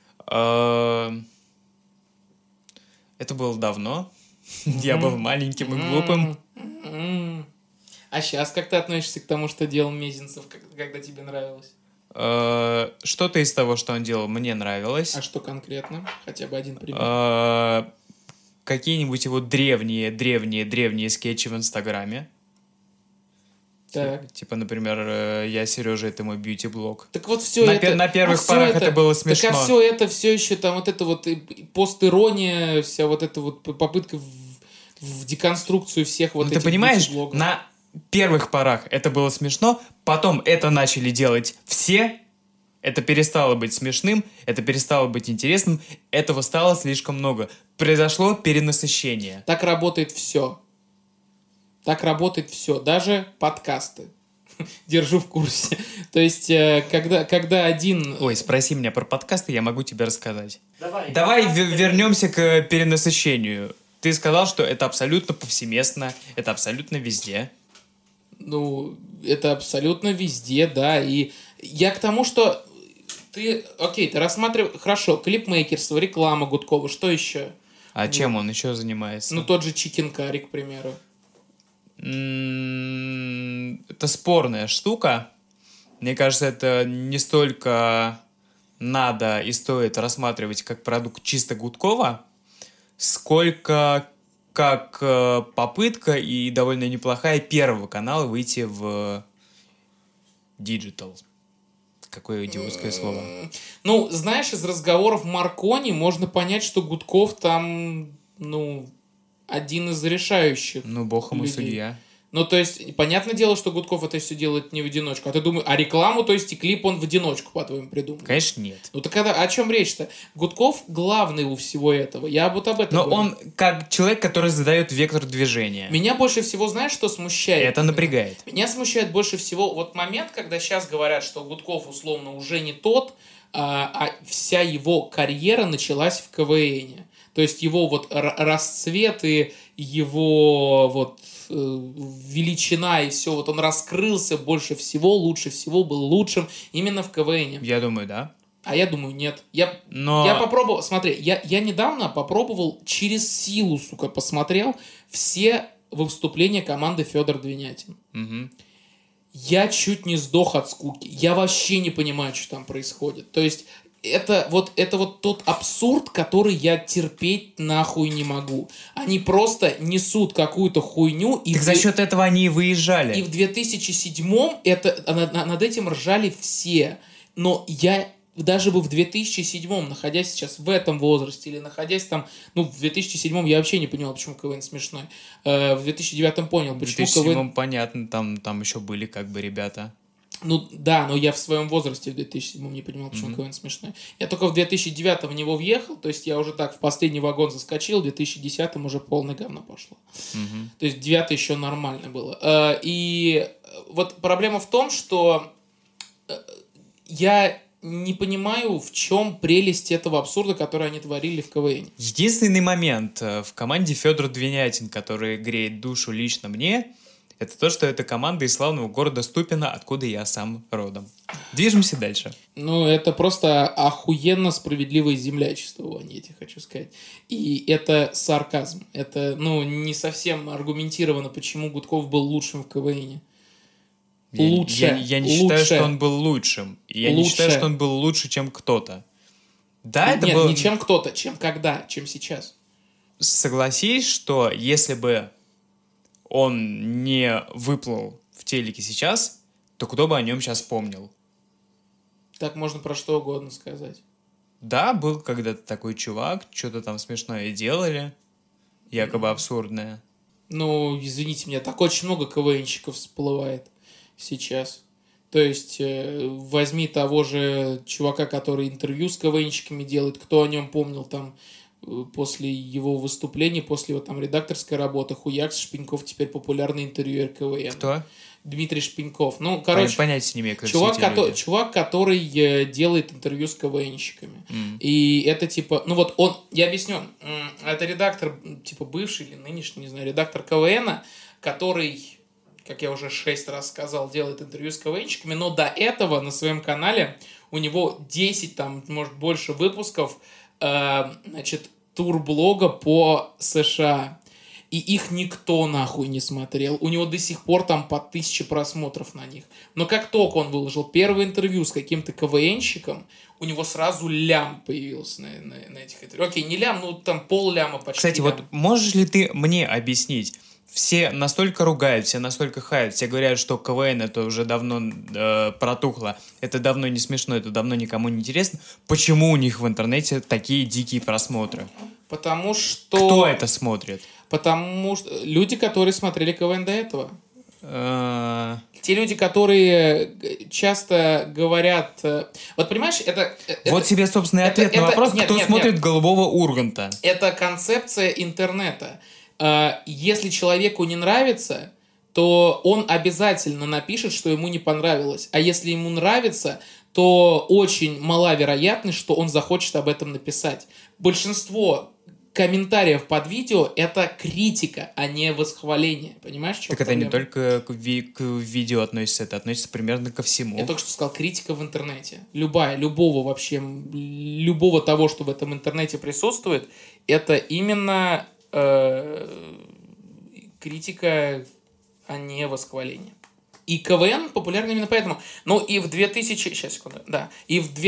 Это было давно. Я был маленьким и глупым. А сейчас как ты относишься к тому, что делал Мезенцев, когда тебе нравилось? Что-то из того, что он делал, мне нравилось. А что конкретно? Хотя бы один пример. Какие-нибудь его древние скетчи в Инстаграме. Так. Типа, например, «Я Сережа, это мой бьюти-блог». Так вот все это... На первых порах это было смешно. Так все это все еще там вот это вот пост-ирония, вся вот эта вот попытка в деконструкцию всех вот этих бьюти-блогов. Ты понимаешь, на первых порах это было смешно, потом это начали делать все, это перестало быть смешным, это перестало быть интересным, этого стало слишком много. Произошло перенасыщение. Так работает все. Так работает все, даже подкасты. Держу в курсе. То есть, когда один... Ой, спроси меня про подкасты, я могу тебе рассказать. Давай Вернемся к перенасыщению. Ты сказал, что это абсолютно повсеместно, это абсолютно везде. Ну, это абсолютно везде, да. И я к тому, что ты рассматриваешь... Хорошо, клипмейкерство, реклама Гудкова, что еще? А чем он еще занимается? Ну, тот же Chicken Curry, к примеру. Это спорная штука. Мне кажется, это не столько надо и стоит рассматривать как продукт чисто Гудкова, сколько как попытка и довольно неплохая Первого канала выйти в диджитал. Какое идиотское слово. Ну, знаешь, из разговоров Маркони можно понять, что Гудков там, один из решающих. Ну, бог ему людей. судья. Ну, то есть, понятное дело, что Гудков это все делает не в одиночку. А ты думаешь, а рекламу, то есть, и клип он в одиночку, по-твоему, придумал? Конечно, нет. Ну, так о чем речь-то? Гудков главный у всего этого. Я вот об этом Но говорю. он как человек, который задает вектор движения. Меня больше всего, знаешь, что смущает? Это напрягает. Меня смущает больше всего вот момент, когда сейчас говорят, что Гудков условно уже не тот, а вся его карьера началась в КВН. То есть его вот расцвет и его вот величина и все, вот он раскрылся больше всего, лучше всего, был лучшим именно в КВН. Я думаю, да. А я думаю, нет. Я Но... попробовал, смотри, я недавно попробовал через силу, сука, посмотрел все выступления команды Федор Двинятин. Угу. Я чуть не сдох от скуки. Я вообще не понимаю, что там происходит. То есть, это вот тот абсурд, который я терпеть нахуй не могу. Они просто несут какую-то хуйню. И так за счет этого они и выезжали. И в 2007-м над этим ржали все. Но я даже бы в 2007-м, находясь сейчас в этом возрасте, или находясь там, в 2007-м я вообще не понимал, почему КВН смешной. В 2009-м понял, почему КВН... В 2007-м КВН... понятно, там еще были как бы ребята. Ну да, но я в своем возрасте в 2007-м не понимал, почему КВН смешной. Я только в 2009-м в него въехал, то есть я уже так в последний вагон заскочил, в 2010-м уже полное говно пошло. То есть 9-й еще нормально было. И вот проблема в том, что я не понимаю, в чем прелесть этого абсурда, который они творили в КВН. Единственный момент в команде Федор Двинятин, который греет душу лично мне, это то, что это команда из славного города Ступино, откуда я сам родом. Движемся дальше. Ну, это просто охуенно справедливое землячество, я тебе хочу сказать. И это сарказм. Это, не совсем аргументировано, почему Гудков был лучшим в КВН. Я не считаю, что он был лучшим. Я не считаю, что он был лучше, чем кто-то. Да, это было... не чем кто-то, чем когда, чем сейчас. Согласись, что если бы он не выплыл в телеке сейчас, то кто бы о нем сейчас помнил? Так можно про что угодно сказать. Да, был когда-то такой чувак, что-то там смешное делали, якобы абсурдное. Ну, извините меня, так очень много КВНщиков всплывает сейчас. То есть, возьми того же чувака, который интервью с КВНщиками делает, кто о нем помнил там после его выступления, после его там редакторской работы, Хуякс, Шпиньков теперь популярный интервьюер КВН. Кто? Дмитрий Шпиньков. Ну, короче, понятия не имею, кто чувак, который делает интервью с КВНщиками. И это типа, я объясню, это редактор, типа бывший или нынешний, не знаю, редактор КВН, который, как я уже 6 раз сказал, делает интервью с КВНщиками, но до этого на своем канале у него 10, там, может, больше выпусков, турблога по США. И их никто нахуй не смотрел. У него до сих пор там по 1000 просмотров на них. Но как только он выложил первое интервью с каким-то КВНщиком, у него сразу лям появился на этих интервью. Окей, не лям, там пол-ляма почти. Кстати, лям. вот можешь ли ты мне объяснить? Все настолько ругают, все настолько хаят, все говорят, что КВН это уже давно протухло, это давно не смешно, это давно никому не интересно. Почему у них в интернете такие дикие просмотры? Потому что... Кто это смотрит? Потому что люди, которые смотрели КВН до этого. Те люди, которые часто говорят... Вот понимаешь, Вот тебе, собственно, и ответ на вопрос, кто смотрит «Голубого Урганта». Это концепция интернета. Если человеку не нравится, то он обязательно напишет, что ему не понравилось. А если ему нравится, то очень мала вероятность, что он захочет об этом написать. Большинство комментариев под видео — это критика, а не восхваление. Понимаешь, в чем Так это не проблема? только к видео относится, это относится примерно ко всему. Я только что сказал, критика в интернете. Любого того, что в этом интернете присутствует, это именно критика, а не восхваление. И КВН популярен именно поэтому. Ну и в 2000... Сейчас, секунду. Да. И в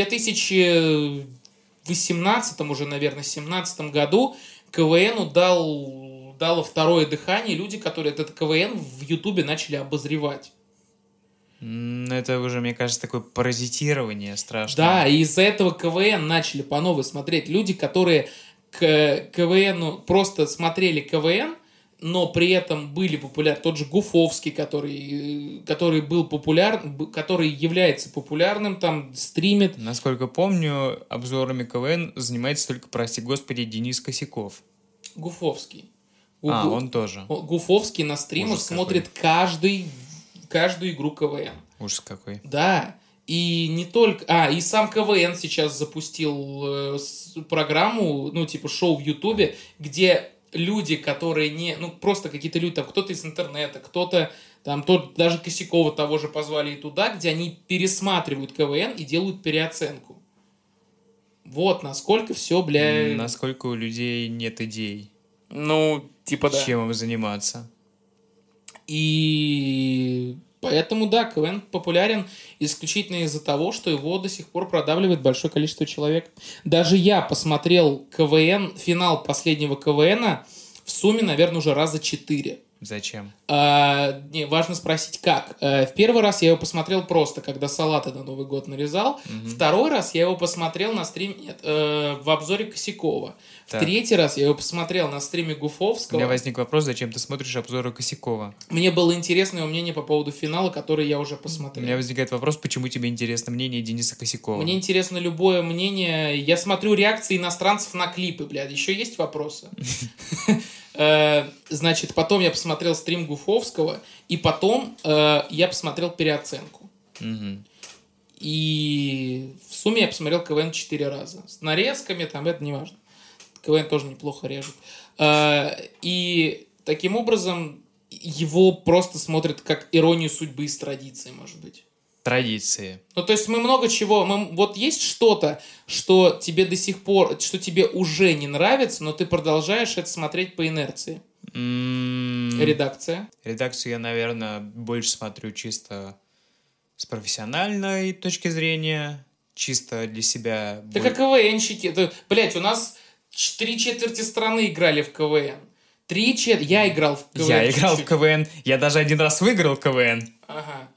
2018 уже, наверное, 2017 году КВНу дало второе дыхание люди, которые этот КВН в Ютубе начали обозревать. Это уже, мне кажется, такое паразитирование страшное. Да, и из-за этого КВН начали по новой смотреть. Люди, которые к КВНу просто смотрели КВН, но при этом были популярны. Тот же Гуфовский, который был популярен, который является популярным, там стримит. Насколько помню, обзорами КВН занимается только, прости господи, Денис Косяков. Гуфовский. Он тоже. Гуфовский на стримах Ужас смотрит каждую игру КВН. Ужас какой. Да. И не только... и сам КВН сейчас запустил программу, ну, типа шоу в Ютубе, где люди, которые не... Ну, просто какие-то люди, там, кто-то из интернета, кто-то там, даже Косякова того же позвали и туда, где они пересматривают КВН и делают переоценку. Вот насколько все, бля... Насколько у людей нет идей. Ну, типа да. Чем им заниматься. И поэтому, да, КВН популярен исключительно из-за того, что его до сих пор продавливает большое количество человек. Даже я посмотрел КВН, финал последнего КВНа в сумме, наверное, уже раза 4. Зачем? Важно спросить, как. В первый раз я его посмотрел просто, когда салаты на Новый год нарезал. Второй раз я его посмотрел на стриме... Нет, в обзоре Косякова. Так. В третий раз я его посмотрел на стриме Гуфовского. У меня возник вопрос, зачем ты смотришь обзоры Косякова? Мне было интересно его мнение по поводу финала, который я уже посмотрел. У меня возникает вопрос, почему тебе интересно мнение Дениса Косякова? Мне интересно любое мнение. Я смотрю реакции иностранцев на клипы, блядь. Еще есть вопросы? Значит, потом я посмотрел стрим Гуфовского, и потом я посмотрел переоценку. И в сумме я посмотрел КВН 4 раза. С нарезками, там, это не важно. КВН тоже неплохо режет. И таким образом его просто смотрят как иронию судьбы из традиции, может быть. Традиции. Ну, то есть мы много чего... Вот есть что-то, что тебе до сих пор... Что тебе уже не нравится, но ты продолжаешь это смотреть по инерции. Редакция. Редакцию я, наверное, больше смотрю чисто с профессиональной точки зрения, чисто для себя. Так как КВНщики... Блять, у нас 3/4 страны играли в КВН. 3/4... Я играл в КВН. Я играл в КВН. Я даже один раз выиграл КВН. Ага.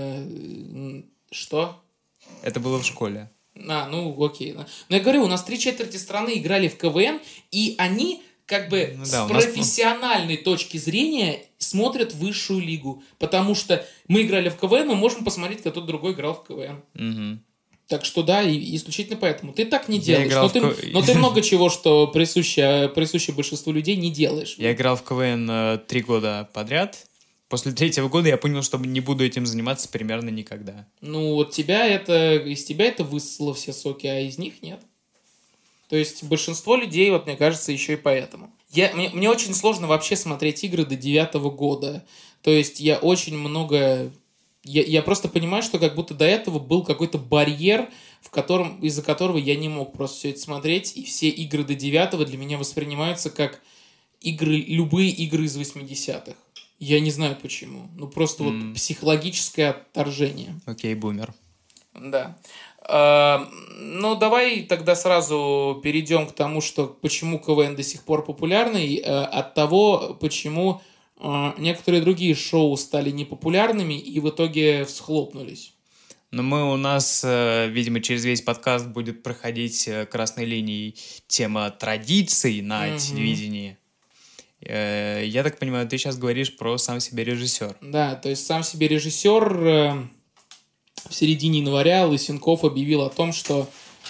Что? Это было в школе. Ну окей. Но я говорю, у нас 3/4 страны играли в КВН, и они как бы с профессиональной точки зрения смотрят высшую лигу. Потому что мы играли в КВН, мы можем посмотреть, кто-то другой играл в КВН. Так что да, и исключительно поэтому. Ты так не делаешь. Но ты много чего, что присуще большинству людей, не делаешь. Я играл в КВН 3 года подряд. После 3-го года я понял, что не буду этим заниматься примерно никогда. Ну, вот из тебя это высосало все соки, а из них нет. То есть большинство людей, вот мне кажется, еще и поэтому. Мне очень сложно вообще смотреть игры до 9-го года. То есть я очень много... Я просто понимаю, что как будто до этого был какой-то барьер, из-за которого я не мог просто все это смотреть, и все игры до 9-го для меня воспринимаются как любые игры из 80-х. Я не знаю почему. Ну, просто вот психологическое отторжение. Окей, бумер. Да. Ну, давай тогда сразу перейдем к тому, почему КВН до сих пор популярный, от того, почему некоторые другие шоу стали непопулярными и в итоге всхлопнулись. Но у нас, видимо, через весь подкаст будет проходить красной линией тема традиций на телевидении. Я так понимаю, ты сейчас говоришь про «Сам себе режиссер». Да, то есть «Сам себе режиссер» в середине января Лысенков объявил о том, что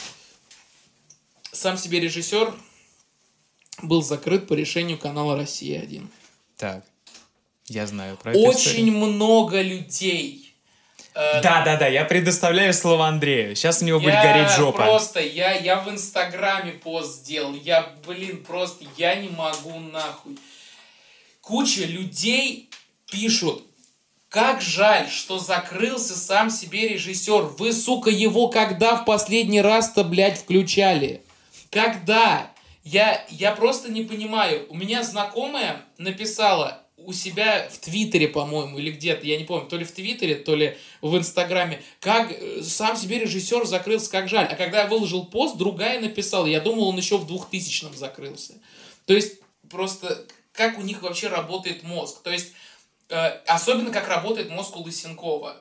«Сам себе режиссер» был закрыт по решению канала «Россия-1». Так. Я знаю про это. Очень много людей. Да, я предоставляю слово Андрею. Сейчас у него будет гореть жопа. Я в Инстаграме пост сделал. Я не могу нахуй. Куча людей пишут: как жаль, что закрылся сам себе режиссер. Вы, сука, его когда в последний раз-то, блядь, включали? Когда? Я просто не понимаю. У меня знакомая написала у себя в Твиттере, по-моему, или где-то, я не помню, то ли в Твиттере, то ли в Инстаграме, как сам себе режиссер закрылся, как жаль. А когда я выложил пост, другая написала, я думал, он еще в 2000-м закрылся. То есть, просто, как у них вообще работает мозг. То есть, особенно как работает мозг у Лысенкова.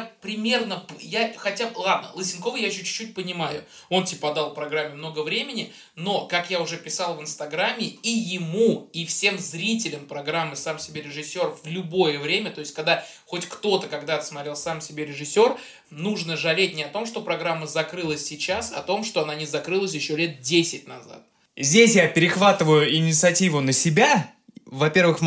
Ладно, Лысенкова я еще чуть-чуть понимаю. Он типа дал программе много времени, но, как я уже писал в Инстаграме, и ему, и всем зрителям программы «Сам себе режиссер» в любое время, то есть когда хоть кто-то когда-то смотрел «Сам себе режиссер», нужно жалеть не о том, что программа закрылась сейчас, а о том, что она не закрылась еще лет 10 назад. Здесь я перехватываю инициативу на себя. Во-первых,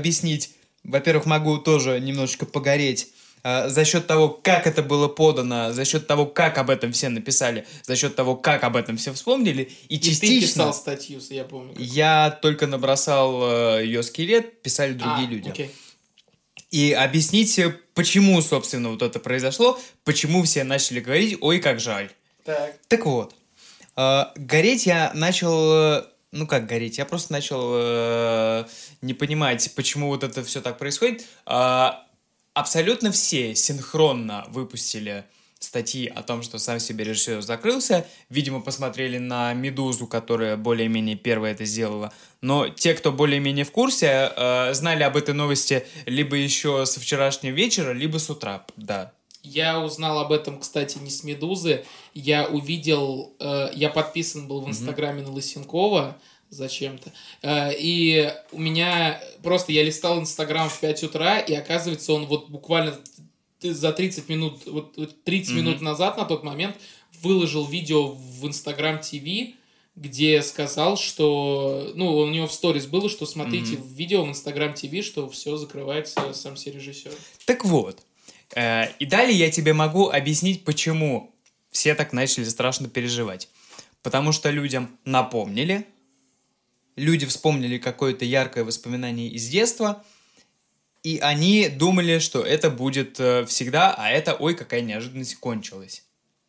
могу тоже немножечко погореть за счет того, как это было подано, за счет того, как об этом все написали, за счет того, как об этом все вспомнили. И частично... ты писал статью, я помню. Я только набросал ее скелет, писали другие люди. Окей. И объяснить, почему, собственно, вот это произошло, почему все начали говорить: ой, как жаль. Так вот, гореть я начал... Ну, как гореть? Я просто начал не понимать, почему вот это все так происходит. Абсолютно все синхронно выпустили статьи о том, что сам себе режиссер закрылся. Видимо, посмотрели на «Медузу», которая более-менее первая это сделала. Но те, кто более-менее в курсе, знали об этой новости либо еще со вчерашнего вечера, либо с утра, да. Я узнал об этом, кстати, не с «Медузы». Я увидел... я подписан был в Инстаграме на Лысенкова зачем-то. И у меня... Просто я листал Инстаграм в 5 утра, и оказывается, он вот буквально за 30 минут... Вот 30 минут назад на тот момент выложил видео в Инстаграм ТВ, где сказал, что... Ну, у него в сторис было, что смотрите в видео в Инстаграм ТВ, что все закрывается сам себе режиссер. Так вот. И далее я тебе могу объяснить, почему все так начали страшно переживать. Потому что людям напомнили, люди вспомнили какое-то яркое воспоминание из детства, и они думали, что это будет всегда, а это, ой, какая неожиданность, кончилась.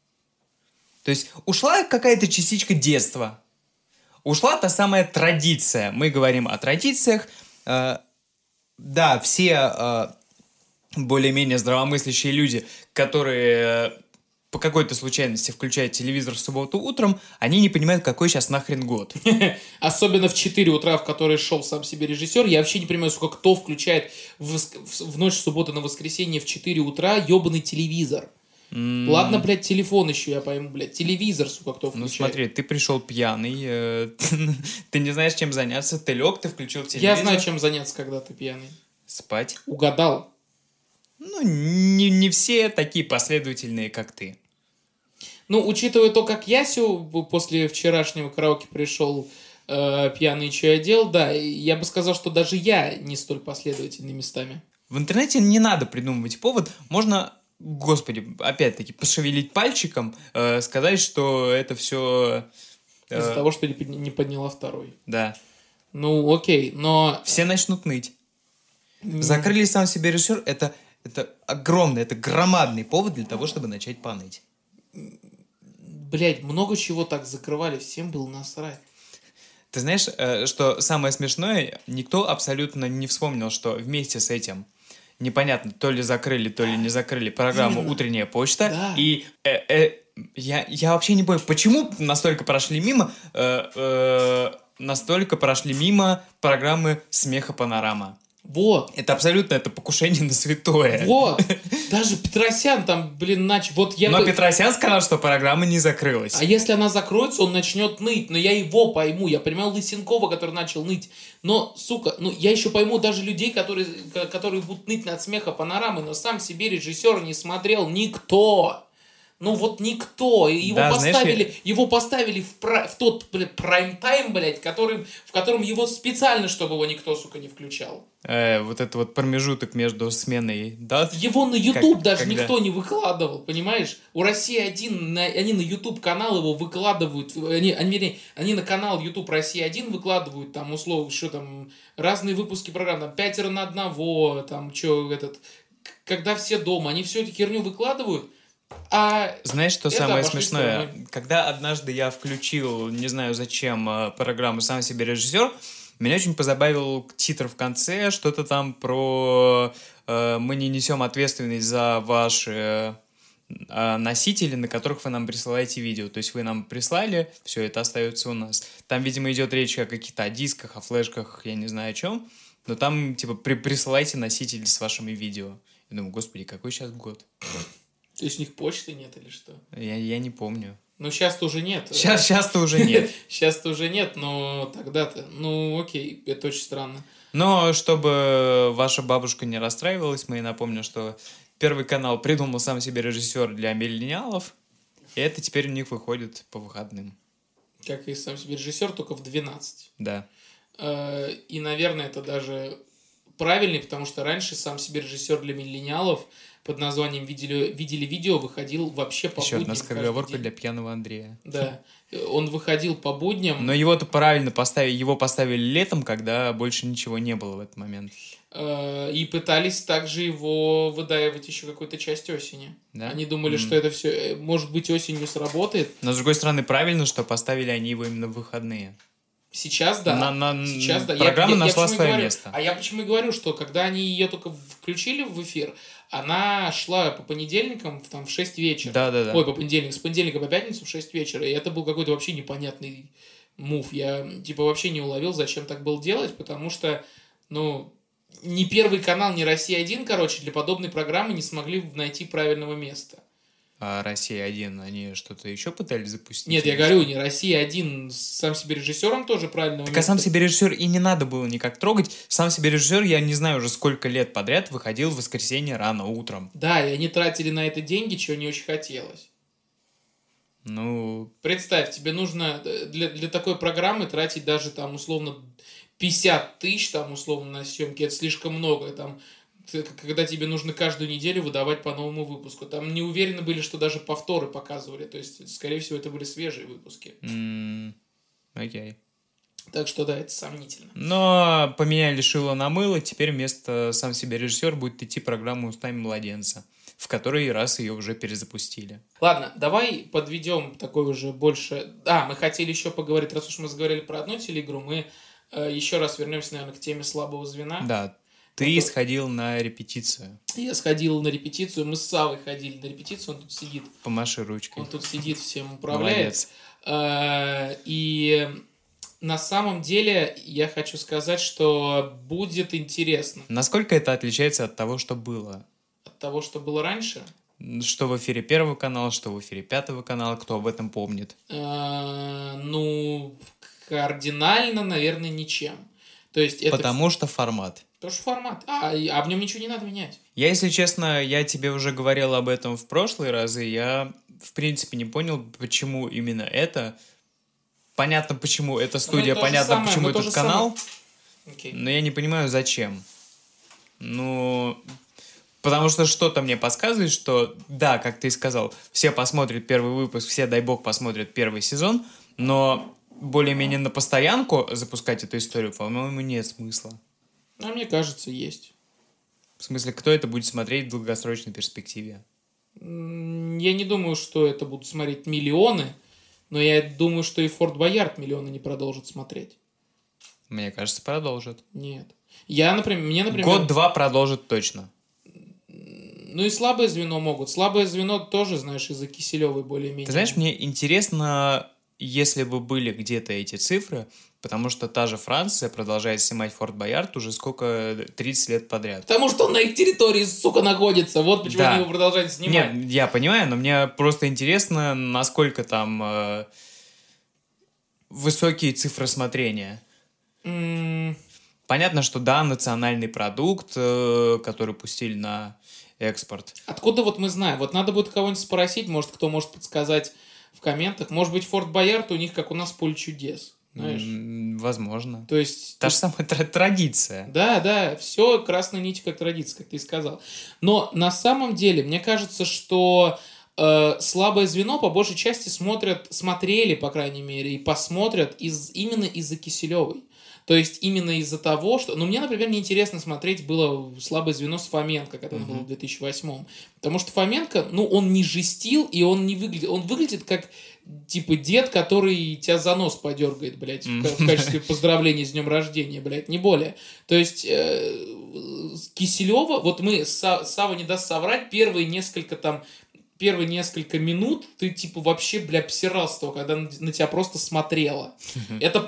То есть ушла какая-то частичка детства, ушла та самая традиция. Мы говорим о традициях. Да, все... более-менее здравомыслящие люди, которые по какой-то случайности включают телевизор в субботу утром, они не понимают, какой сейчас нахрен год. Особенно в 4 утра, в которые шел сам себе режиссер. Я вообще не понимаю, сука, кто включает в ночь с субботы на воскресенье в 4 утра ебаный телевизор. Ладно, блядь, телефон еще, я пойму, блядь. Телевизор, сука, кто включает. Ну смотри, ты пришел пьяный, ты не знаешь, чем заняться, ты лег, ты включил телевизор. Я знаю, чем заняться, когда ты пьяный. Спать. Угадал. Ну, не все такие последовательные, как ты. Ну, учитывая то, как я после вчерашнего караоке пришел пьяный, что я делал, да, я бы сказал, что даже я не столь последовательный местами. В интернете не надо придумывать повод. Можно, господи, опять-таки, пошевелить пальчиком, сказать, что это все... Из-за того, что не подняла второй. Да. Ну, окей, но... Все начнут ныть. Закрыли сам себе режиссер, это огромный, это громадный повод для того, чтобы начать поныть. Блять, много чего так закрывали, всем было насрать. Ты знаешь, что самое смешное, никто абсолютно не вспомнил, что вместе с этим непонятно, то ли закрыли, то ли не закрыли программу «Утренняя почта». Да. И я вообще не понимаю, почему настолько прошли мимо программы «Смеха-панорама». Вот. Это абсолютно, это покушение на святое. Вот. Даже Петросян там, Но Петросян сказал, что программа не закрылась. А если она закроется, он начнет ныть. Но я его пойму. Я понимаю Лысенкова, который начал ныть. Но, сука, я еще пойму даже людей, которые будут ныть от смеха панорамы, но сам себе режиссер не смотрел никто. Ну вот никто. Его Да, поставили, знаешь, его поставили в тот, прайм-тайм, блядь, в котором его специально, чтобы его никто, сука, не включал. вот этот вот промежуток между сменой дат. Его на YouTube даже когда... никто не выкладывал, понимаешь? У России-1, они на YouTube канал его выкладывают, они на канал YouTube Россия-1 выкладывают, там, условно, что там, разные выпуски программ, там, 5 на 1, там, что, когда все дома, они всю эту херню выкладывают, а Знаешь, что это самое обошли смешное? стороной. Когда однажды я включил, не знаю зачем, программу «Сам себе режиссер», меня очень позабавил титр в конце, что-то там про «Мы не несем ответственность за ваши носители, на которых вы нам присылаете видео». То есть вы нам прислали, все это остается у нас. Там, видимо, идет речь о каких-то о дисках, о флешках, я не знаю о чем. Но там, типа, присылайте носители с вашими видео. Я думаю, господи, какой сейчас год? То есть у них почты нет или что? Я не помню. Ну, сейчас-то уже нет. Сейчас-то уже нет. Сейчас-то уже нет, но тогда-то... Ну, окей, это очень странно. Но чтобы ваша бабушка не расстраивалась, мы ей напомним, что Первый канал придумал сам себе режиссер для миллениалов, и это теперь у них выходит по выходным. Как и сам себе режиссер, только в 12. Да. И, наверное, это даже правильный, потому что раньше сам себе режиссер для миллениалов под названием «Видели видео» выходил вообще по Еще будням. одна скороговорка для пьяного Андрея. Да. Он выходил по будням. Но его-то правильно поставили, его поставили летом, когда больше ничего не было в этот момент. И пытались также его выдаивать еще какую-то часть осени. Да? Они думали, что это все, может быть, осенью сработает. Но, с другой стороны, правильно, что поставили они его именно в выходные. Сейчас да. Сейчас да. Программа нашла свое говорю, место. А я почему и говорю, что когда они ее только включили в эфир, она шла по понедельникам там, в 6 вечера. Да. Ой, по понедельникам. С понедельника по пятницу в 6 вечера. И это был какой-то вообще непонятный мув. Я типа вообще не уловил, зачем так было делать, потому что, ну, ни Первый канал, ни Россия-1, короче, для подобной программы не смогли найти правильного места. А Россия-1, они что-то еще пытались запустить? Нет, я говорю, не Россия-1 сам себе режиссером тоже правильного места. места. А сам себе режиссер и не надо было никак трогать. Сам себе режиссер, я не знаю, уже сколько лет подряд выходил в воскресенье рано утром. Да, и они тратили на это деньги, чего не очень хотелось. Ну... Представь, тебе нужно для такой программы тратить даже там условно 50 тысяч там условно на съемки. Это слишком много. Там, когда тебе нужно каждую неделю выдавать по новому выпуску. Там не уверены были, что даже повторы показывали. То есть, скорее всего, это были свежие выпуски. Окей. Так что да, это сомнительно. Но поменяли шило на мыло. Теперь вместо сам себе режиссер будет идти программа «Устами младенца», в который раз ее уже перезапустили. Ладно, давай подведем такой уже больше... мы хотели еще поговорить, раз уж мы заговорили про одну телеигру, мы еще раз вернемся, наверное, к теме слабого звена. Да, ты сходил на репетицию. Я сходил на репетицию, мы с Савой ходили на репетицию, он тут сидит. Помаши ручкой. Он тут сидит, всем управляет. И на самом деле я хочу сказать, что будет интересно. Насколько это отличается от того, что было? От того, что было раньше? Что в эфире Первого канала, что в эфире Пятого канала, кто об этом помнит? Ну, кардинально, наверное, ничем. То есть это... Потому что формат. Потому что формат. А в нем ничего не надо менять. Я, если честно, я тебе уже говорил об этом в прошлые разы, я в принципе не понял, почему именно это. Понятно, почему эта студия, понятно, почему этот канал, но я не понимаю, зачем. Ну... Потому что что-то мне подсказывает, что, да, как ты и сказал, все посмотрят первый выпуск, все, дай бог, посмотрят первый сезон, но более-менее на постоянку запускать эту историю, по-моему, нет смысла. А мне кажется, есть. В смысле, кто это будет смотреть в долгосрочной перспективе? Я не думаю, что это будут смотреть миллионы, но я думаю, что и Форт Боярд миллионы не продолжат смотреть. Мне кажется, продолжат. Нет. Например... Год-два продолжат точно. Ну и слабое звено могут. Слабое звено тоже, знаешь, из-за Киселевой более-менее. Ты знаешь, мне интересно, если бы были где-то эти цифры, потому что та же Франция продолжает снимать Форт Боярд уже сколько? 30 лет подряд. Потому что он на их территории, сука, находится. Вот почему они его продолжают снимать. Нет, я понимаю, но мне просто интересно, насколько там высокие цифры смотрения. Понятно, что да, национальный продукт, который пустили на экспорт. Откуда вот мы знаем? Вот надо будет кого-нибудь спросить, может, кто может подсказать в комментах. Может быть, Форт Боярд у них, как у нас, поле чудес. Знаешь? Возможно. То есть... Та же самая традиция. Да, все красной нитью, как традиция, как ты и сказал. Но на самом деле, мне кажется, что слабое звено по большей части смотрели, по крайней мере, и посмотрят именно из-за Киселевой. То есть именно из-за того, что... Ну, мне, например, неинтересно смотреть было слабое звено с Фоменко, когда это было в 2008-м. Потому что Фоменко, ну, он не жестил, и он не выглядит... Он выглядит как, типа, дед, который тебя за нос подергает, блядь, в качестве поздравления с днем рождения, блядь, не более. То есть Киселева... Вот мы... Сава не даст соврать, первые несколько минут ты, типа, вообще, бля, обсирался того, когда на тебя просто смотрела. Это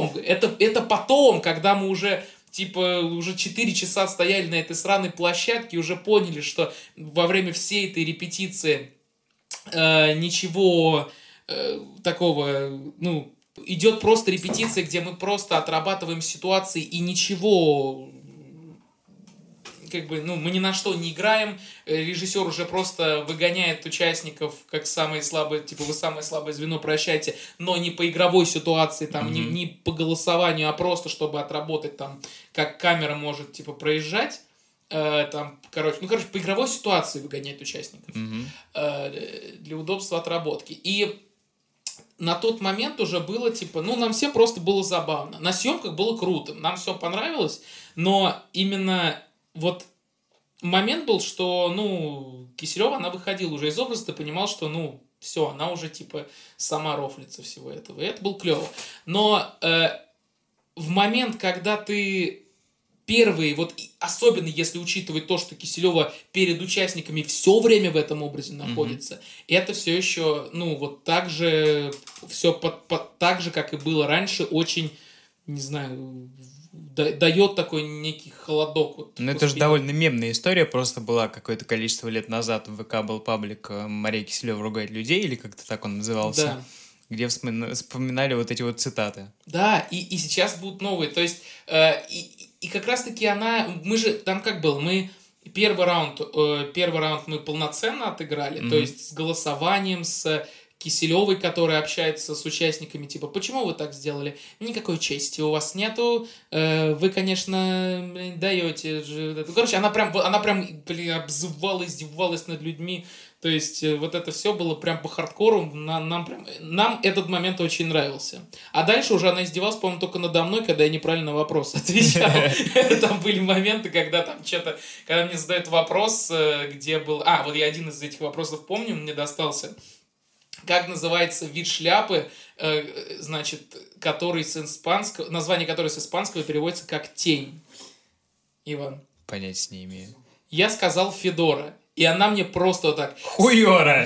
потом, когда мы уже, типа, уже 4 часа стояли на этой сраной площадке и уже поняли, что во время всей этой репетиции ничего такого, ну, идет просто репетиция, где мы просто отрабатываем ситуации и ничего... Как бы, ну, мы ни на что не играем, режиссер уже просто выгоняет участников как самое слабое, типа, вы самое слабое звено, прощайте, но не по игровой ситуации, там, не по голосованию, а просто, чтобы отработать, там, как камера может, типа, проезжать, там, короче, по игровой ситуации выгоняет участников для удобства отработки. И на тот момент уже было, типа, ну, нам всем просто было забавно. На съемках было круто, нам все понравилось, но именно... Вот момент был, что, ну, Киселева, она выходила уже из образа, ты понимал, что, ну, все, она уже, типа, сама рофлится всего этого. И это было клево. Но в момент, когда ты первый, вот особенно если учитывать то, что Киселева перед участниками все время в этом образе находится, это все еще, ну, вот так же, все так же, как и было раньше, очень, не знаю... дает такой некий холодок. Вот, ну, это же довольно мемная история, просто была какое-то количество лет назад в ВК был паблик «Мария Киселева ругает людей», или как-то так он назывался, да. Где вспоминали вот эти вот цитаты. Да, и сейчас будут новые, то есть, и как раз-таки мы же, там как было, мы первый раунд мы полноценно отыграли, то есть с голосованием, с Киселевой, которая общается с участниками, типа, почему вы так сделали? Никакой чести у вас нету, вы, конечно, даете. Короче, она прям обзывала, издевалась над людьми, то есть вот это все было прям по хардкору, нам этот момент очень нравился. А дальше уже она издевалась, по-моему, только надо мной, когда я неправильно на вопрос отвечал. Там были моменты, когда там что-то, когда мне задают вопрос, где был... вот я один из этих вопросов помню, мне достался. Как называется вид шляпы, значит, который с испанского, название которой с испанского переводится как тень? Иван. Понятия не имею. Я сказал Федора, и она мне просто вот так... Хуёра!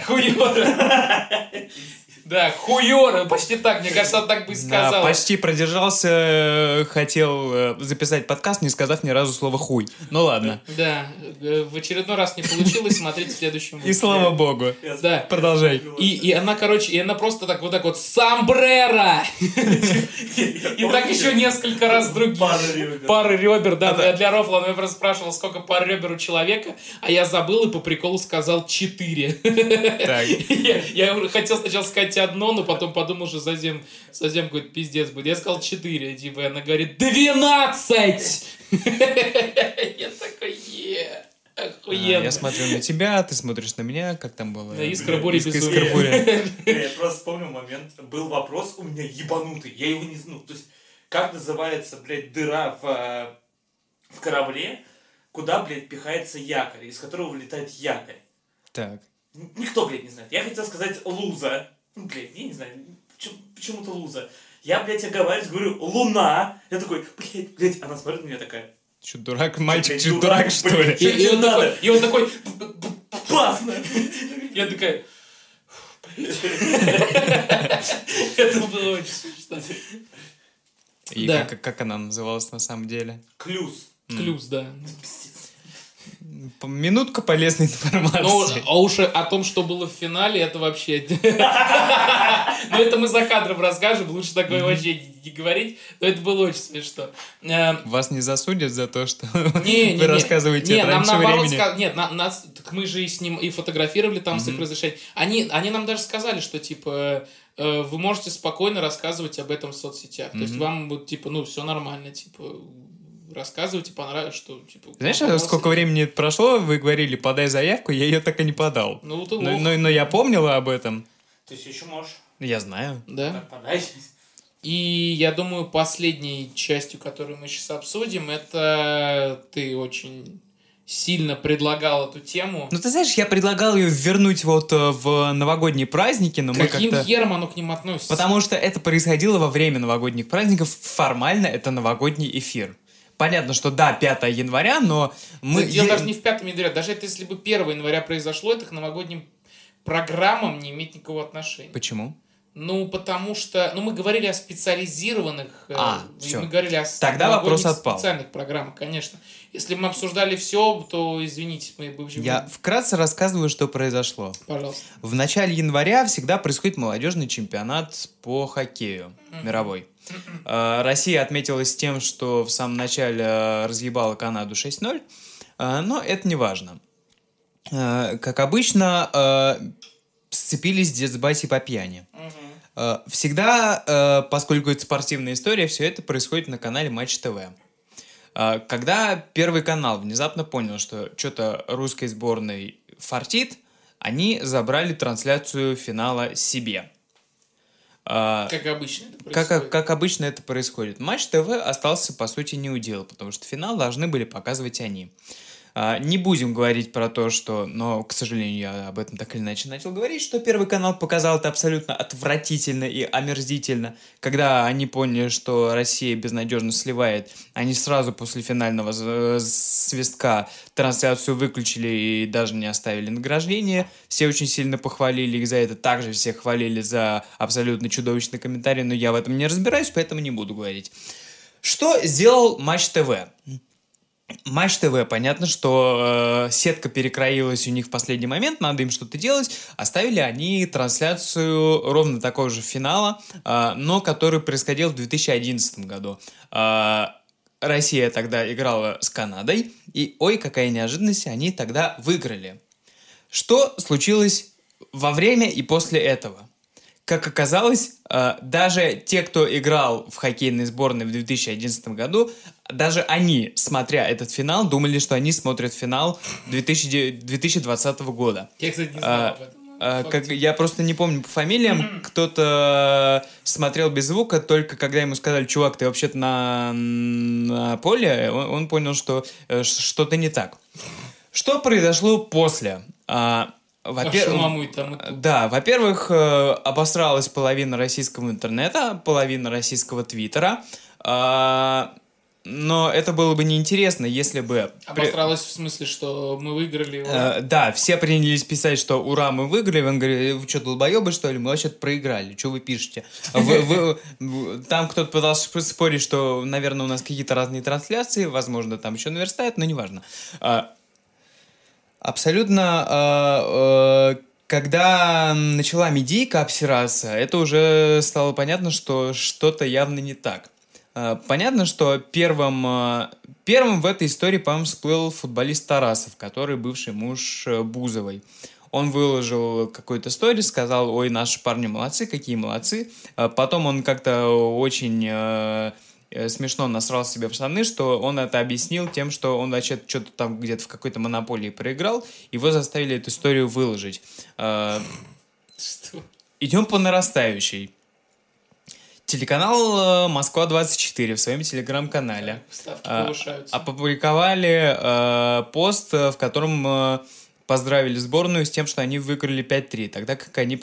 Да, хуёра, почти так, мне кажется, он так бы и сказал. Да, почти продержался, хотел записать подкаст, не сказав ни разу слова «хуй». Ну ладно. Да, в очередной раз не получилось, смотрите в следующем выпуске. И слава богу. Да. Продолжай. И она, короче, и она просто так вот «Самбрера!» И так еще несколько раз другие. Пары ребер, да. Для рофла он меня просто спрашивал, сколько пар ребер у человека, а я забыл и по приколу сказал 4. Так. Я хотел сначала сказать одно, но потом подумал, что совсем какой-то пиздец будет. Я сказал 4, типа, и она говорит 12! Я такой, охуенно. Я смотрю на тебя, ты смотришь на меня, как там было? Да, искра бури безумия. Я просто вспомнил момент, был вопрос у меня ебанутый, я его не знаю, то есть, как называется, блядь, дыра в корабле, куда, блядь, пихается якорь, из которого вылетает якорь. Так. Никто, блядь, не знает. Я хотел сказать луза. Блядь, я не знаю, почему-то луза. Я, блядь, оговариваюсь, говорю, луна. Я такой, блядь, она смотрит на меня такая. Че, дурак, мальчик, че, дурак, что ли? И он такой, классно. Я такая, это было очень смешно. И как она называлась на самом деле? Клюз. Клюз, да. Минутка полезной информации. Ну, а уж о том, что было в финале, это вообще... Ну, это мы за кадром расскажем, лучше такое вообще не говорить, но это было очень смешно. Вас не засудят за то, что вы рассказываете это раньше времени? Нет, мы же и с ним и фотографировали там с их разрешением. Они нам даже сказали, что, типа, вы можете спокойно рассказывать об этом в соцсетях. То есть вам будет, типа, ну, все нормально, типа... Рассказывайте, понравилось, что, типа... Знаешь, сколько времени прошло, вы говорили, подай заявку, я ее так и не подал. Но я помнила об этом. Ты все еще можешь. Я знаю. Да. Подай. И я думаю, последней частью, которую мы сейчас обсудим, это ты очень сильно предлагал эту тему. Ну, ты знаешь, я предлагал ее вернуть вот в новогодние праздники, но мы Каким хером оно к ним относится? Потому что это происходило во время новогодних праздников, формально это новогодний эфир. Понятно, что да, 5 января, но мы... Дело даже не в 5 января. Даже если бы 1 января произошло, это к новогодним программам не имеет никакого отношения. Почему? Ну, потому что... Ну, мы говорили о специализированных... Все. Мы говорили о Тогда вопрос отпал. Специальных программах, конечно. Если бы мы обсуждали все, то, извините, мы бы... Я вкратце рассказываю, что произошло. Пожалуйста. В начале января всегда происходит молодежный чемпионат по хоккею мировой. Россия отметилась тем, что в самом начале разъебала Канаду 6-0, но это не важно. Как обычно, сцепились дед с батей по пьяни. Всегда, поскольку это спортивная история, все это происходит на канале Матч ТВ. Когда Первый канал внезапно понял, что что-то русской сборной фартит, они забрали трансляцию финала себе. Как обычно это происходит. Как обычно это происходит. Матч ТВ остался, по сути, неудел, потому что финал должны были показывать они. Не будем говорить про то, что... Но, к сожалению, я об этом так или иначе начал говорить, что Первый канал показал это абсолютно отвратительно и омерзительно. Когда они поняли, что Россия безнадежно сливает, они сразу после финального свистка трансляцию выключили и даже не оставили награждение. Все очень сильно похвалили их за это. Также все хвалили за абсолютно чудовищный комментарий, но я в этом не разбираюсь, поэтому не буду говорить. Что сделал Матч ТВ? Матч ТВ, понятно, что сетка перекроилась у них в последний момент, надо им что-то делать. Оставили они трансляцию ровно такого же финала, но который происходил в 2011 году. Россия тогда играла с Канадой, и, ой, какая неожиданность, они тогда выиграли. Что случилось во время и после этого? Как оказалось, даже те, кто играл в хоккейной сборной в 2011 году, даже они, смотря этот финал, думали, что они смотрят финал 2020 года. Я, кстати, не знал об этом. Я просто не помню по фамилиям. Кто-то смотрел без звука, только когда ему сказали, чувак, ты вообще-то на поле, он понял, что что-то не так. Что произошло после? Во-первых, обосралась половина российского интернета, половина российского твиттера. Но это было бы неинтересно, если бы... Обосралась в смысле, что мы выиграли? Да, все принялись писать, что ура, мы выиграли. Он говорит, вы что, долбоебы, что ли? Мы вообще-то проиграли. Что вы пишете? Там кто-то пытался спорить, что, наверное, у нас какие-то разные трансляции, возможно, там еще наверстают, но неважно. Абсолютно, когда начала медийка обсираться, это уже стало понятно, что что-то явно не так. Понятно, что первым в этой истории, по-моему, всплыл футболист Тарасов, который бывший муж Бузовой. Он выложил какой-то сторис, сказал, ой, наши парни молодцы, какие молодцы. Потом он как-то очень... смешно насрал себе в штаны, что он это объяснил тем, что он вообще что-то там где-то в какой-то монополии проиграл, его заставили эту историю выложить. Идем по нарастающей. Телеканал «Москва-24» в своем телеграм-канале опубликовали пост, в котором поздравили сборную с тем, что они выиграли 5-3, тогда как они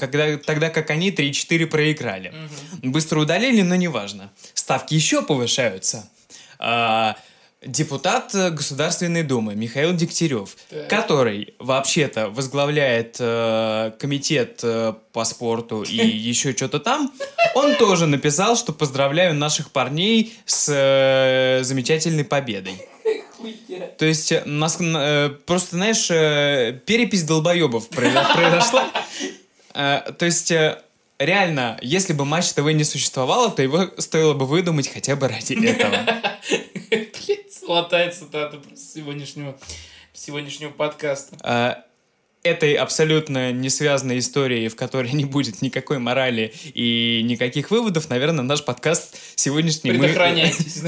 3-4 проиграли. Быстро удалили, но неважно. Ставки еще повышаются. Депутат Государственной Думы Михаил Дегтярев, который вообще-то возглавляет комитет по спорту и еще что-то там, он тоже написал, что поздравляю наших парней с замечательной победой. Хуйня. То есть, просто, знаешь, перепись долбоебов произошла. То есть, реально, если бы Матч ТВ не существовало, то его стоило бы выдумать хотя бы ради этого. Блять, золотая цитата сегодняшнего подкаста. Этой абсолютно не связанной историей, в которой не будет никакой морали и никаких выводов, наверное, наш подкаст сегодняшний... Предохраняйтесь.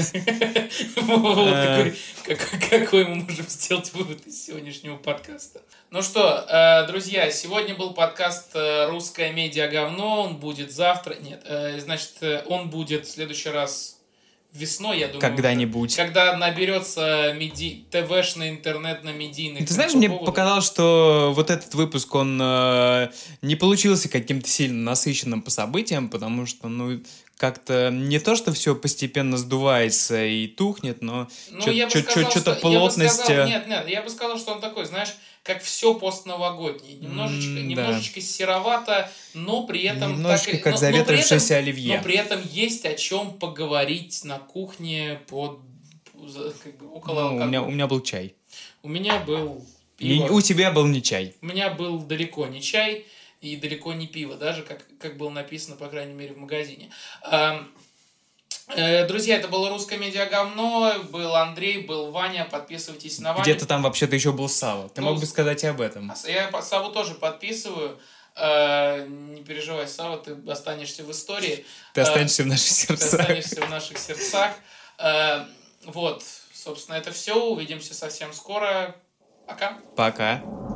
Какой мы можем сделать вывод из сегодняшнего подкаста? Ну что, друзья, сегодня был подкаст «Русское медиа говно». Он будет завтра. Нет, значит, он будет в следующий раз... Весной, я думаю. Когда-нибудь. Когда наберется ТВшный, интернетно-медийный. Ты знаешь, мне показалось, что вот этот выпуск, он не получился каким-то сильно насыщенным по событиям, потому что, как-то не то, что все постепенно сдувается и тухнет, но что-то плотность... Нет, я бы сказал, что он такой, знаешь, как все постновогоднее. Немножечко серовато, но при этом... Немножечко как заветрившееся оливье. Но при этом есть о чем поговорить на кухне около... у меня был чай. У меня был пиво. У тебя был не чай. У меня был далеко не чай и далеко не пиво, даже как было написано, по крайней мере, в магазине. Друзья, это было «Русское медиа говно», был Андрей, был Ваня, подписывайтесь на Ваню. Где-то там вообще-то еще был Сава, ты мог бы сказать и об этом. Я Саву тоже подписываю, не переживай, Сава, ты останешься в истории. Ты останешься в наших сердцах. Ты останешься в наших сердцах. Вот, собственно, это все, увидимся совсем скоро, пока. Пока.